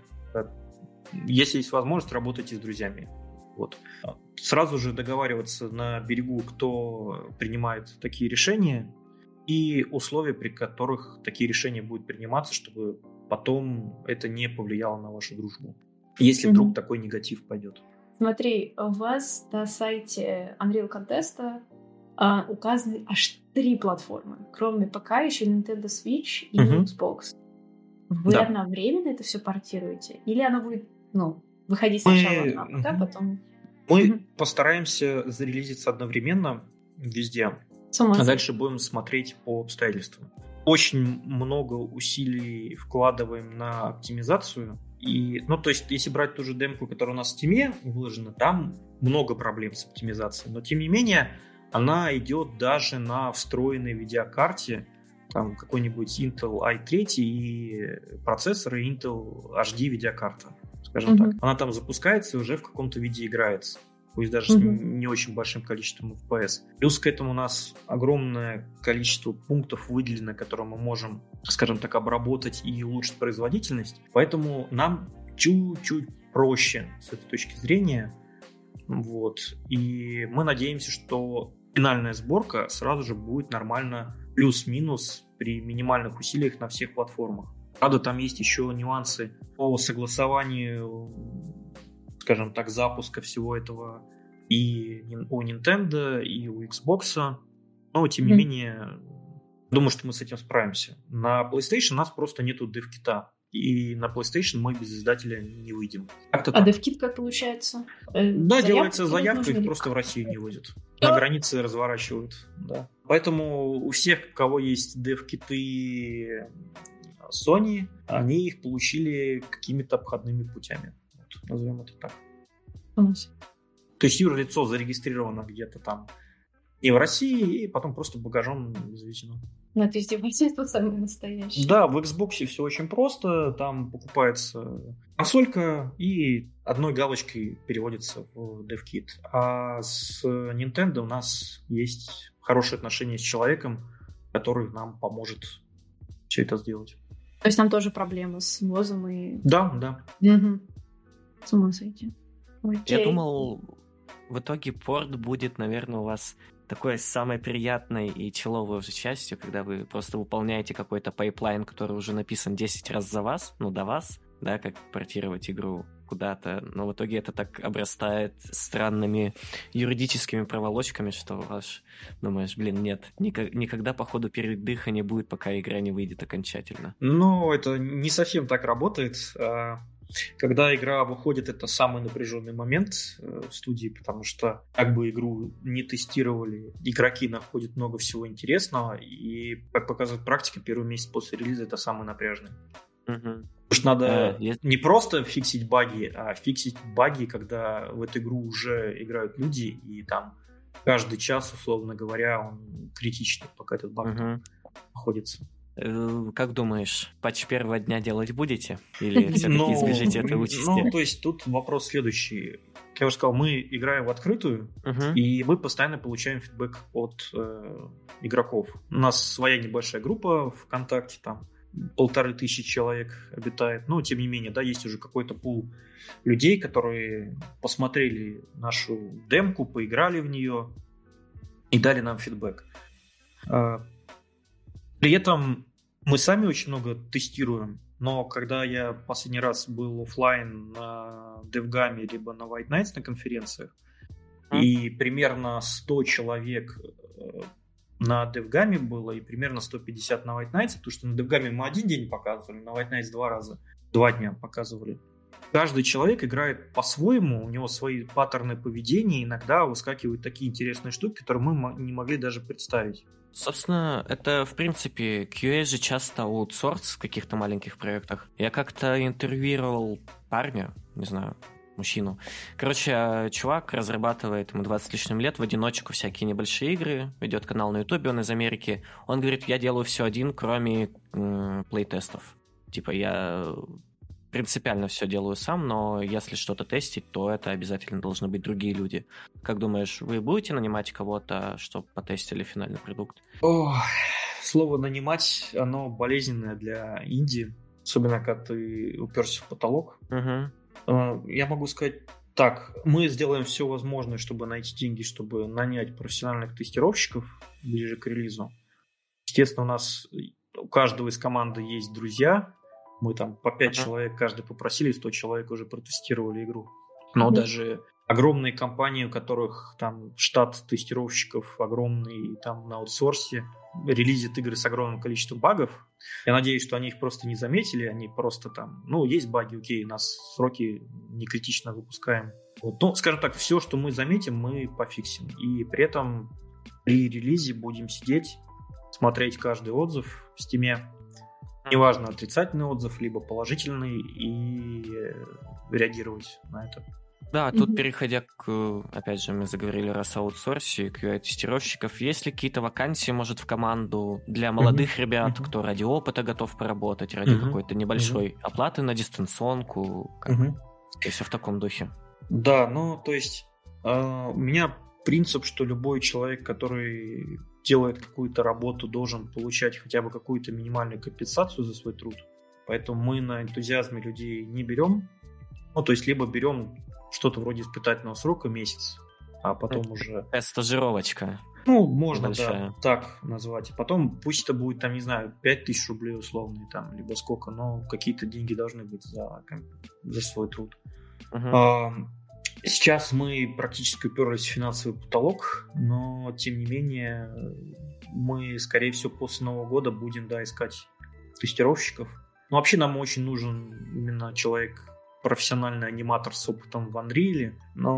Если есть возможность, работайте с друзьями. Вот. Сразу же договариваться на берегу, кто принимает такие решения, и условия, при которых такие решения будут приниматься, чтобы потом это не повлияло на вашу дружбу, если вдруг mm-hmm. такой негатив пойдет. Смотри, у вас на сайте Unreal Contest а, указаны аж три платформы, кроме ПК еще Nintendo Switch и mm-hmm. Xbox. Вы да. одновременно это все портируете? Или оно будет, ну, выходить сначала Мы... на ПК, потом... Мы mm-hmm. постараемся зарелизиться одновременно везде. А дальше будем смотреть по обстоятельствам. Очень много усилий вкладываем на оптимизацию. И, ну, то есть, если брать ту же демку, которая у нас в Steam выложена, там много проблем с оптимизацией. Но, тем не менее, она идет даже на встроенной видеокарте, там какой-нибудь Intel ай три и процессоры Intel эйч ди видеокарта, скажем mm-hmm. так. Она там запускается и уже в каком-то виде играется. Пусть даже mm-hmm. с не очень большим количеством эф пи эс. Плюс к этому у нас огромное количество пунктов выделено, которые мы можем, скажем так, обработать и улучшить производительность. Поэтому нам чуть-чуть проще с этой точки зрения. Вот. И мы надеемся, что финальная сборка сразу же будет нормально плюс-минус при минимальных усилиях на всех платформах. Правда, там есть еще нюансы по согласованию, скажем так, запуска всего этого и у Nintendo, и у Xbox. Но, тем не mm-hmm. менее, думаю, что мы с этим справимся. На PlayStation у нас просто нету дев-кита. И на PlayStation мы без издателя не выйдем. Как-то а дев-кит как получается? Э, да, заявку делается заявка, их просто в Россию не возят. На границе разворачивают. Да. Поэтому у всех, у кого есть дев-киты Sony, они их получили какими-то обходными путями. Вот, назовем это так. Mm-hmm. То есть юрлицо зарегистрировано где-то там не в России, и потом просто багажом завезено. Ну, это издевательство самое настоящее. Да, в Xbox все очень просто. Там покупается консолька и одной галочкой переводится в DevKit. А с Nintendo у нас есть хорошие отношения с человеком, который нам поможет все это сделать. То есть там тоже проблемы с ввозом и... Да, да. Угу. С ума сойти. Окей. Я думал, в итоге порт будет, наверное, у вас такой самой приятной и человой уже частью, когда вы просто выполняете какой-то пайплайн, который уже написан десять раз за вас, ну, до вас, да, как портировать игру куда-то, но в итоге это так обрастает странными юридическими проволочками, что аж думаешь, блин, нет, никак, никогда, походу, передыха не будет, пока игра не выйдет окончательно. Ну, это не совсем так работает. Когда игра выходит, это самый напряженный момент в студии, потому что как бы игру не тестировали, игроки находят много всего интересного, и, как показывает практика, первый месяц после релиза это самый напряжный. Угу. Потому что надо а, есть... не просто фиксить баги, а фиксить баги, когда в эту игру уже играют люди, и там каждый час, условно говоря, он критичный, пока этот баг угу. находится. Как думаешь, патч первого дня делать будете? Или все-таки ну, избежите этой участи? Ну, то есть тут вопрос следующий. Как я уже сказал, мы играем в открытую, uh-huh. и мы постоянно получаем фидбэк от э, игроков. У нас своя небольшая группа ВКонтакте, там полторы тысячи человек обитает. Но, тем не менее, да, есть уже какой-то пул людей, которые посмотрели нашу демку, поиграли в нее и дали нам фидбэк. При этом мы сами очень много тестируем, но когда я последний раз был офлайн на DevGam либо на White Nights на конференциях, mm. и примерно сто человек на DevGam было, и примерно сто пятьдесят на White Nights, потому что на DevGam мы один день показывали, на White Nights два раза, два дня показывали. Каждый человек играет по-своему, у него свои паттерны поведения, иногда выскакивают такие интересные штуки, которые мы не могли даже представить. Собственно, это, в принципе, кью эй же часто аутсорс в каких-то маленьких проектах. Я как-то интервьюировал парня, не знаю, мужчину. Короче, чувак разрабатывает, ему двадцать с лишним лет, в одиночку всякие небольшие игры, ведет канал на Ютубе, он из Америки. Он говорит, я делаю все один, кроме э, плей-тестов. Типа, я принципиально все делаю сам, но если что-то тестить, то это обязательно должны быть другие люди. Как думаешь, вы будете нанимать кого-то, чтобы потестили финальный продукт? О, слово «нанимать», оно болезненное для инди, особенно когда ты уперся в потолок. Угу. Я могу сказать так, мы сделаем все возможное, чтобы найти деньги, чтобы нанять профессиональных тестировщиков ближе к релизу. Естественно, у нас у каждого из команды есть друзья. Мы там по пять uh-huh. человек каждый попросили, сто человек уже протестировали игру. Но uh-huh. даже огромные компании, у которых там штат тестировщиков огромный, там на аутсорсе, релизят игры с огромным количеством багов. Я надеюсь, что они их просто не заметили, они просто там, ну, есть баги, окей, у нас сроки не критично выпускаем. Вот. Ну, скажем так, все, что мы заметим, мы пофиксим. И при этом при релизе будем сидеть, смотреть каждый отзыв в Steam. Неважно, отрицательный отзыв, либо положительный, и реагировать на это. Да, тут mm-hmm. переходя к, опять же, мы заговорили раз о аутсорсе, кью эй-тестировщиков, есть ли какие-то вакансии, может, в команду для молодых mm-hmm. ребят, mm-hmm. кто ради опыта готов поработать, ради mm-hmm. какой-то небольшой mm-hmm. оплаты на дистанционку, как? Mm-hmm. То есть в таком духе? Да, ну, то есть э, у меня принцип, что любой человек, который делает какую-то работу, должен получать хотя бы какую-то минимальную компенсацию за свой труд. Поэтому мы на энтузиазме людей не берем. Ну, то есть, либо берем что-то вроде испытательного срока месяц, а потом это уже... стажировочка. Ну, можно, большая. Да, так назвать. А потом пусть это будет, там, не знаю, пять тысяч рублей условные, там, либо сколько, но какие-то деньги должны быть за, за свой труд. Uh-huh. А, сейчас мы практически уперлись в финансовый потолок, но, тем не менее, мы, скорее всего, после Нового года будем, да, искать тестировщиков. Ну, вообще нам очень нужен именно человек, профессиональный аниматор с опытом в Unreal,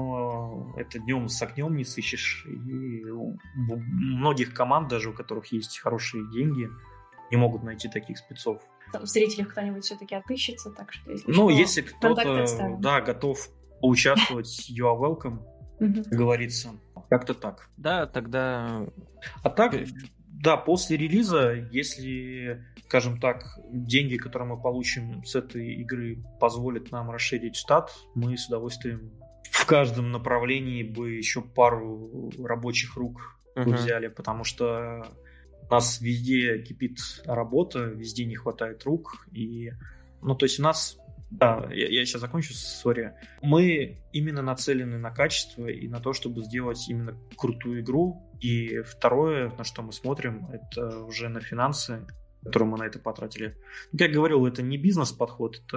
но это днем с огнем не сыщешь. И у многих команд, даже у которых есть хорошие деньги, не могут найти таких спецов. В зрителях кто-нибудь все-таки отыщется, так что если Ну, что, если кто-то, да, готов поучаствовать, you are welcome, как говорится. Как-то так. Да, тогда... А так, да, после релиза, если, скажем так, деньги, которые мы получим с этой игры, позволят нам расширить штат, мы с удовольствием в каждом направлении бы еще пару рабочих рук uh-huh. взяли, потому что у нас везде кипит работа, везде не хватает рук. И, ну, то есть у нас... Да, я, я сейчас закончу, сори. Мы именно нацелены на качество и на то, чтобы сделать именно крутую игру. И второе, на что мы смотрим, это уже на финансы, которые мы на это потратили. Как я говорил, это не бизнес-подход, это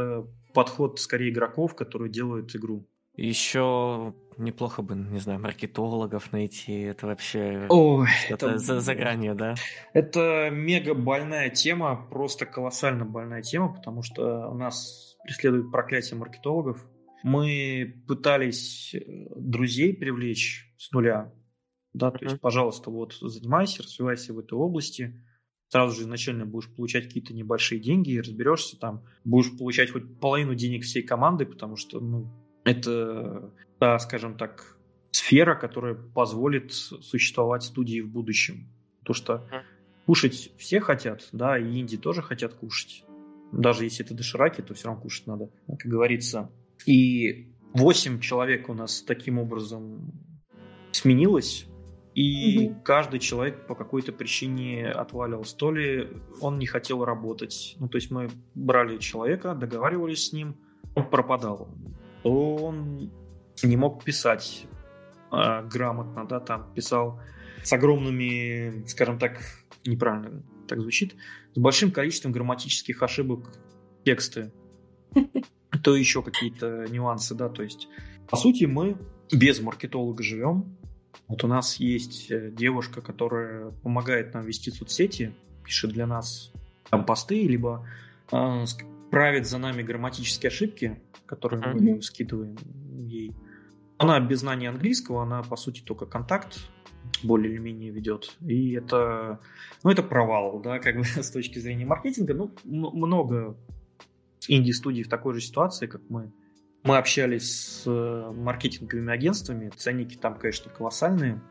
подход скорее игроков, которые делают игру. Еще неплохо бы, не знаю, маркетологов найти. Это вообще Ой, что-то это... за, за гранью, да? Это мега больная тема, просто колоссально больная тема, потому что у нас преследует проклятие маркетологов. Мы пытались друзей привлечь с нуля. Да, то есть, пожалуйста, вот занимайся, развивайся в этой области. Сразу же изначально будешь получать какие-то небольшие деньги и разберешься там. Будешь получать хоть половину денег всей команды, потому что, ну, это, да, скажем так, сфера, которая позволит существовать студии в будущем. Потому что кушать все хотят, да, и инди тоже хотят кушать. Даже если это дошираки, то все равно кушать надо, как говорится. И восемь человек у нас таким образом сменилось, и mm-hmm. каждый человек по какой-то причине отваливался. То ли он не хотел работать. Ну, то есть мы брали человека, договаривались с ним, он пропадал. То он не мог писать а, грамотно, да, там писал с огромными, скажем так, неправильно так звучит, с большим количеством грамматических ошибок тексты. То еще какие-то нюансы, да, то есть по сути мы без маркетолога живем. Вот у нас есть девушка, которая помогает нам вести соцсети, пишет для нас там посты, либо э, правит за нами грамматические ошибки, которые мы mm-hmm. скидываем ей. Она без знания английского, она по сути только контакт более или менее ведет. И это, ну, это провал, да, как бы с точки зрения маркетинга. Ну, много инди-студий в такой же ситуации, как мы. Мы общались с маркетинговыми агентствами, ценники там, конечно, колоссальные.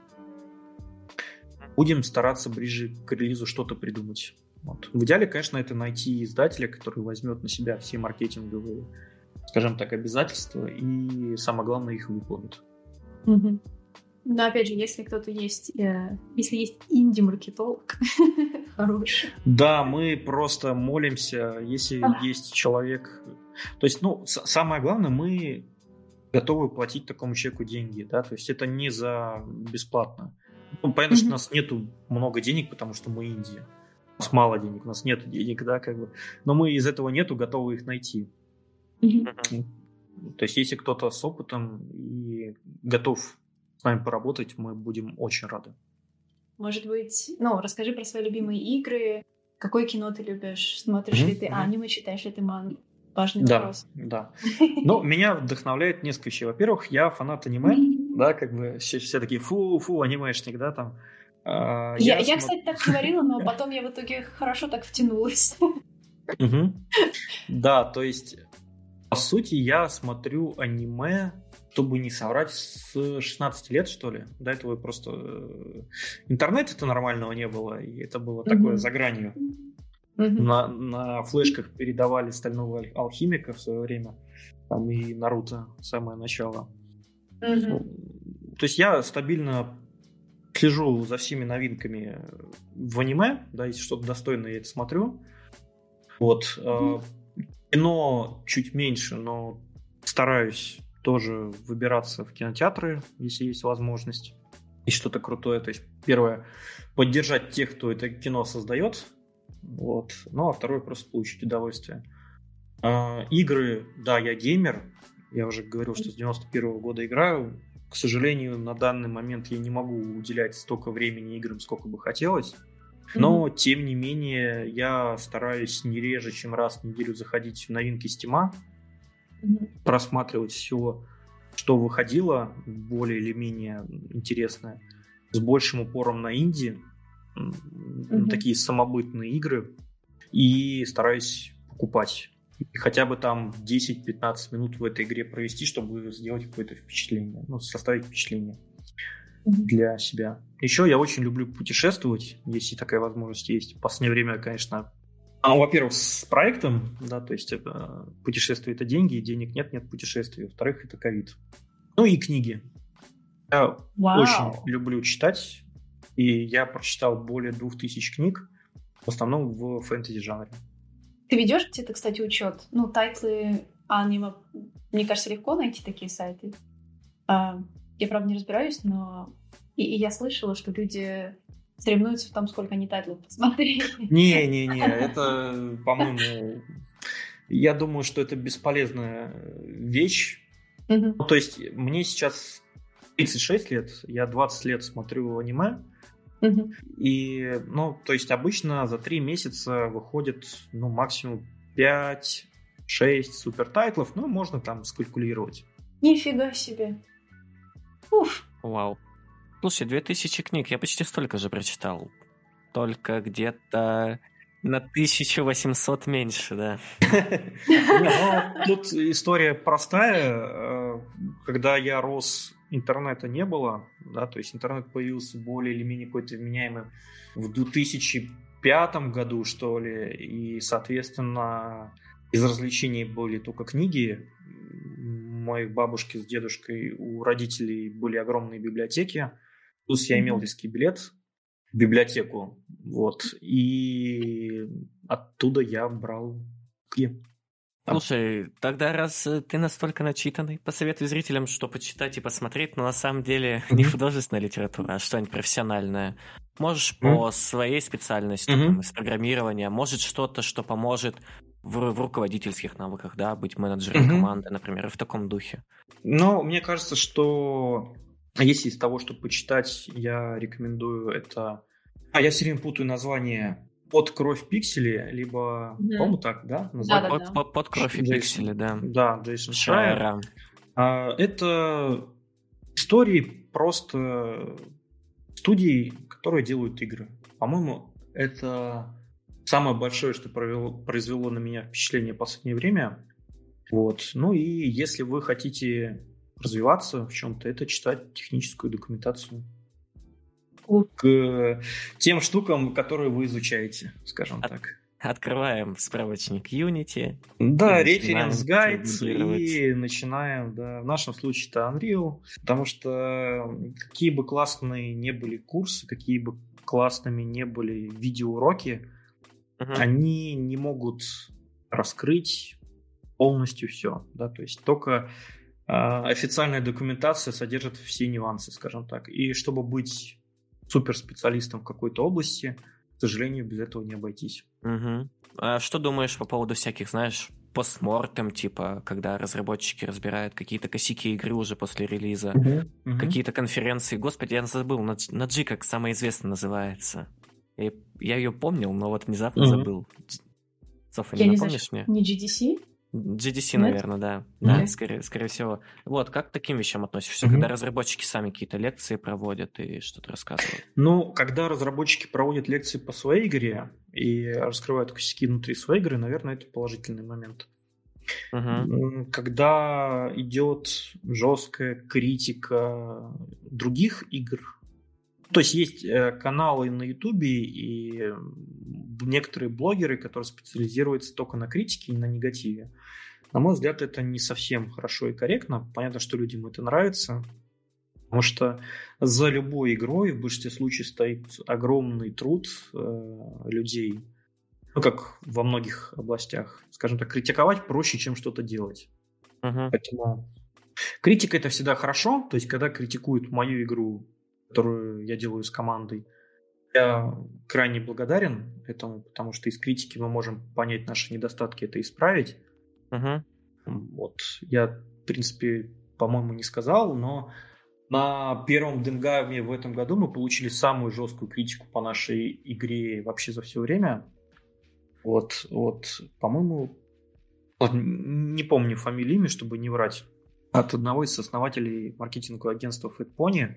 Будем стараться ближе к релизу что-то придумать. Вот. В идеале, конечно, это найти издателя, который возьмет на себя все маркетинговые, скажем так, обязательства и, самое главное, их выполнит. Угу. Но, опять же, если кто-то есть, э, если есть инди-маркетолог хороший. Да, мы просто молимся, если есть человек... То есть, ну, с- самое главное, мы готовы платить такому человеку деньги, да, то есть это не за бесплатно. Ну, понятно, mm-hmm. что у нас нету много денег, потому что мы Индия. У нас мало денег, у нас нет денег, да, как бы. Но мы из этого нету, готовы их найти. Mm-hmm. То есть, если кто-то с опытом и готов с нами поработать, мы будем очень рады. Может быть, ну, расскажи про свои любимые игры. Какое кино ты любишь? Смотришь mm-hmm. ли ты аниме, читаешь ли ты мангу? Важный да, вопрос. Да, но меня вдохновляет несколько вещей. Во-первых, я фанат аниме, mm-hmm. да, как бы все, все такие фу-фу, анимешник, да, там. А, я, я, я, кстати, так говорила, но потом я в итоге хорошо так втянулась. Угу. Да, то есть, по сути, я смотрю аниме, чтобы не соврать, с шестнадцати лет, что ли. До этого просто интернета-то нормального не было, и это было mm-hmm. такое за гранью. Mm-hmm. На, на флешках передавали «Стального алхимика» в свое время, там и «Наруто» самое начало. Mm-hmm. То есть я стабильно слежу за всеми новинками в аниме, да, если что-то достойное, я это смотрю. Вот. Mm-hmm. Кино чуть меньше, но стараюсь тоже выбираться в кинотеатры, если есть возможность, и что-то крутое. То есть первое, поддержать тех, кто это кино создает. Вот. Ну, а второе, просто получить удовольствие. А, игры, да, я геймер. Я уже говорил, что с девяносто первого года играю. К сожалению, на данный момент я не могу уделять столько времени играм, сколько бы хотелось. Но, mm-hmm. тем не менее, я стараюсь не реже, чем раз в неделю заходить в новинки Стима, mm-hmm. просматривать все, что выходило, более или менее интересное, с большим упором на инди. Mm-hmm. Такие самобытные игры, и стараюсь покупать. И хотя бы там десять-пятнадцать минут в этой игре провести, чтобы сделать какое-то впечатление, ну, составить впечатление mm-hmm. для себя. Еще я очень люблю путешествовать, если такая возможность есть. В последнее время, конечно, ну, во-первых, с проектом, да, то есть это, путешествие — это деньги, денег нет, нет путешествий. Во-вторых, это ковид. Ну и книги. Я wow. очень люблю читать. И я прочитал более двух тысяч книг, в основном в фэнтези-жанре. Ты ведешь где-то, кстати, учет? Ну, тайтлы аниме, мне кажется, легко найти такие сайты. А, я, правда, не разбираюсь, но... И, и я слышала, что люди соревнуются в том, сколько они тайтлов посмотрели. Не-не-не, это, по-моему, Я думаю, что это бесполезная вещь. Мгм. Ну, то есть мне сейчас тридцать шесть лет, я двадцать лет смотрю аниме, Мгм. и, ну, то есть обычно за три месяца выходит, ну, максимум пять-шесть супертайтлов, ну, можно там скалькулировать. Нифига себе. Уф. Вау. Слушай, две тысячи книг, я почти столько же прочитал. Только где-то на тысячу восемьсот меньше, да. Не, ну, тут история простая. Э, Когда я рос, интернета не было, да, то есть интернет появился более или менее какой-то вменяемый в две тысячи пятом году, что ли, и, соответственно, из развлечений были только книги. У моих бабушки с дедушкой, у родителей были огромные библиотеки, плюс я имел Мгм. детский билет в библиотеку, вот, и оттуда я брал книги. Слушай, тогда раз э, ты настолько начитанный, посоветуй зрителям, что почитать и посмотреть, но на самом деле не Мгм. художественная литература, а что-нибудь профессиональное. Можешь Мгм. по своей специальности, Мгм. там, из программирования, может что-то, что поможет в, в руководительских навыках, да, быть менеджером Мгм. команды, например, и в таком духе. Но мне кажется, что если из того, что почитать, я рекомендую это... А, я все время путаю название «Под кровь пиксели», либо, Мгм. по-моему, так, да, Да-да-да. название? Под, под, под кровь и Джейсон. пиксели, да. Да, Джейсон Шрайер. Шрайера. А, Это истории просто студий, которые делают игры. По-моему, это самое большое, что провело- произвело на меня впечатление в последнее время. Вот. Ну и если вы хотите развиваться в чем-то, это читать техническую документацию Ух. к тем штукам, которые вы изучаете, скажем От- так. Открываем справочник Unity. Да, И референс начинаем гайд, дублировать. и начинаем, да, в нашем случае это Unreal, потому что какие бы классные не были курсы, какие бы классными не были видеоуроки, Мгм. они не могут раскрыть полностью все, да, то есть только а, официальная документация содержит все нюансы, скажем так, и чтобы быть суперспециалистом в какой-то области, к сожалению, без этого не обойтись. Мгм. А что думаешь по поводу всяких, знаешь, постмортем, типа, когда разработчики разбирают какие-то косяки игры уже после релиза, Мгм. какие-то конференции? Господи, я забыл, на, на G как самая известная называется. Я, я ее помнил, но вот внезапно Мгм. забыл. Дж- Софа, Я не не знаю, напомнишь мне? не джи ди си? джи ди си, Нет? наверное, да. Да, Окей. скорее, скорее всего. Вот, как к таким вещам относишься, Мгм. когда разработчики сами какие-то лекции проводят и что-то рассказывают? Ну, когда разработчики проводят лекции по своей игре и раскрывают косяки внутри своей игры, наверное, это положительный момент. Мгм. М, Когда идет жесткая критика других игр, то есть есть э, каналы на Ютубе и м, некоторые блогеры, которые специализируются только на критике и на негативе. На мой взгляд, это не совсем хорошо и корректно. Понятно, что людям это нравится, потому что за любой игрой в большинстве случаев стоит огромный труд э, людей. Ну, как во многих областях. Скажем так, критиковать проще, чем что-то делать. Мгм. Поэтому критика это всегда хорошо. То есть, когда критикуют мою игру, которую я делаю с командой, я крайне благодарен этому, потому что из критики мы можем понять наши недостатки, это исправить. Мгм. Вот. Я, в принципе, по-моему, не сказал, но на первом Денгаме в этом году мы получили самую жесткую критику по нашей игре вообще за все время. Вот, вот, по-моему, ладно, не помню фамилию, имя, чтобы не врать, от одного из основателей маркетингового агентства FatPony.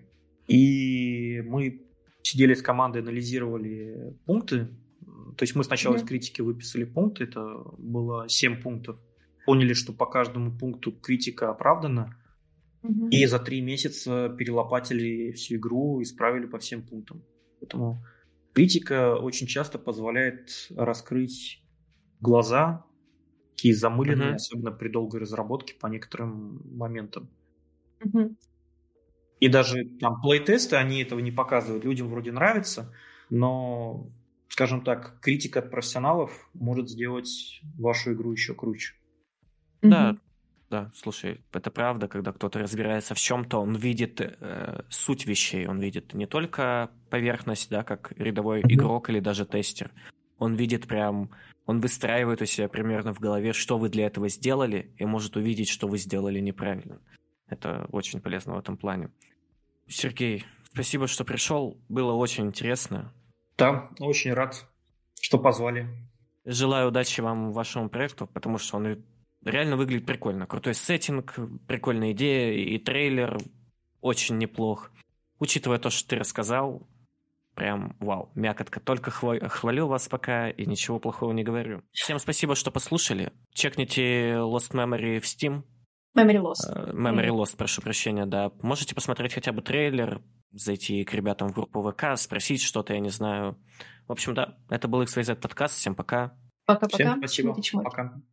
И мы сидели с командой, анализировали пункты. То есть мы сначала из Мгм. критики выписали пункты, это было семь пунктов. Поняли, что по каждому пункту критика оправдана. Мгм. И за три месяца перелопатили всю игру, исправили по всем пунктам. Поэтому критика очень часто позволяет раскрыть глаза, такие замыленные, Мгм. особенно при долгой разработке по некоторым моментам. Мгм. И даже там плейтесты, они этого не показывают. Людям вроде нравится, но, скажем так, критика от профессионалов может сделать вашу игру еще круче. Да, Мгм. да, слушай, это правда, когда кто-то разбирается в чем-то, он видит э, суть вещей, он видит не только поверхность, да, как рядовой Мгм. игрок или даже тестер, он видит прям, он выстраивает у себя примерно в голове, что вы для этого сделали, и может увидеть, что вы сделали неправильно. Это очень полезно в этом плане. Сергей, спасибо, что пришел. Было очень интересно. Да, очень рад, что позвали. Желаю удачи вам вашему проекту, потому что он реально выглядит прикольно. Крутой сеттинг, прикольная идея, и трейлер очень неплох. Учитывая то, что ты рассказал, прям вау, мякотка. Только хва- хвалю вас пока и ничего плохого не говорю. Всем спасибо, что послушали. Чекните Lost Memory в Steam. Memory Lost. Uh, Memory Lost, прошу прощения, да. Можете посмотреть хотя бы трейлер, зайти к ребятам в группу ВК, спросить что-то, я не знаю. В общем, да, это был икс вай зет подкаст. Всем пока. Пока-пока. Всем спасибо. Чмоки-чмоки. Пока.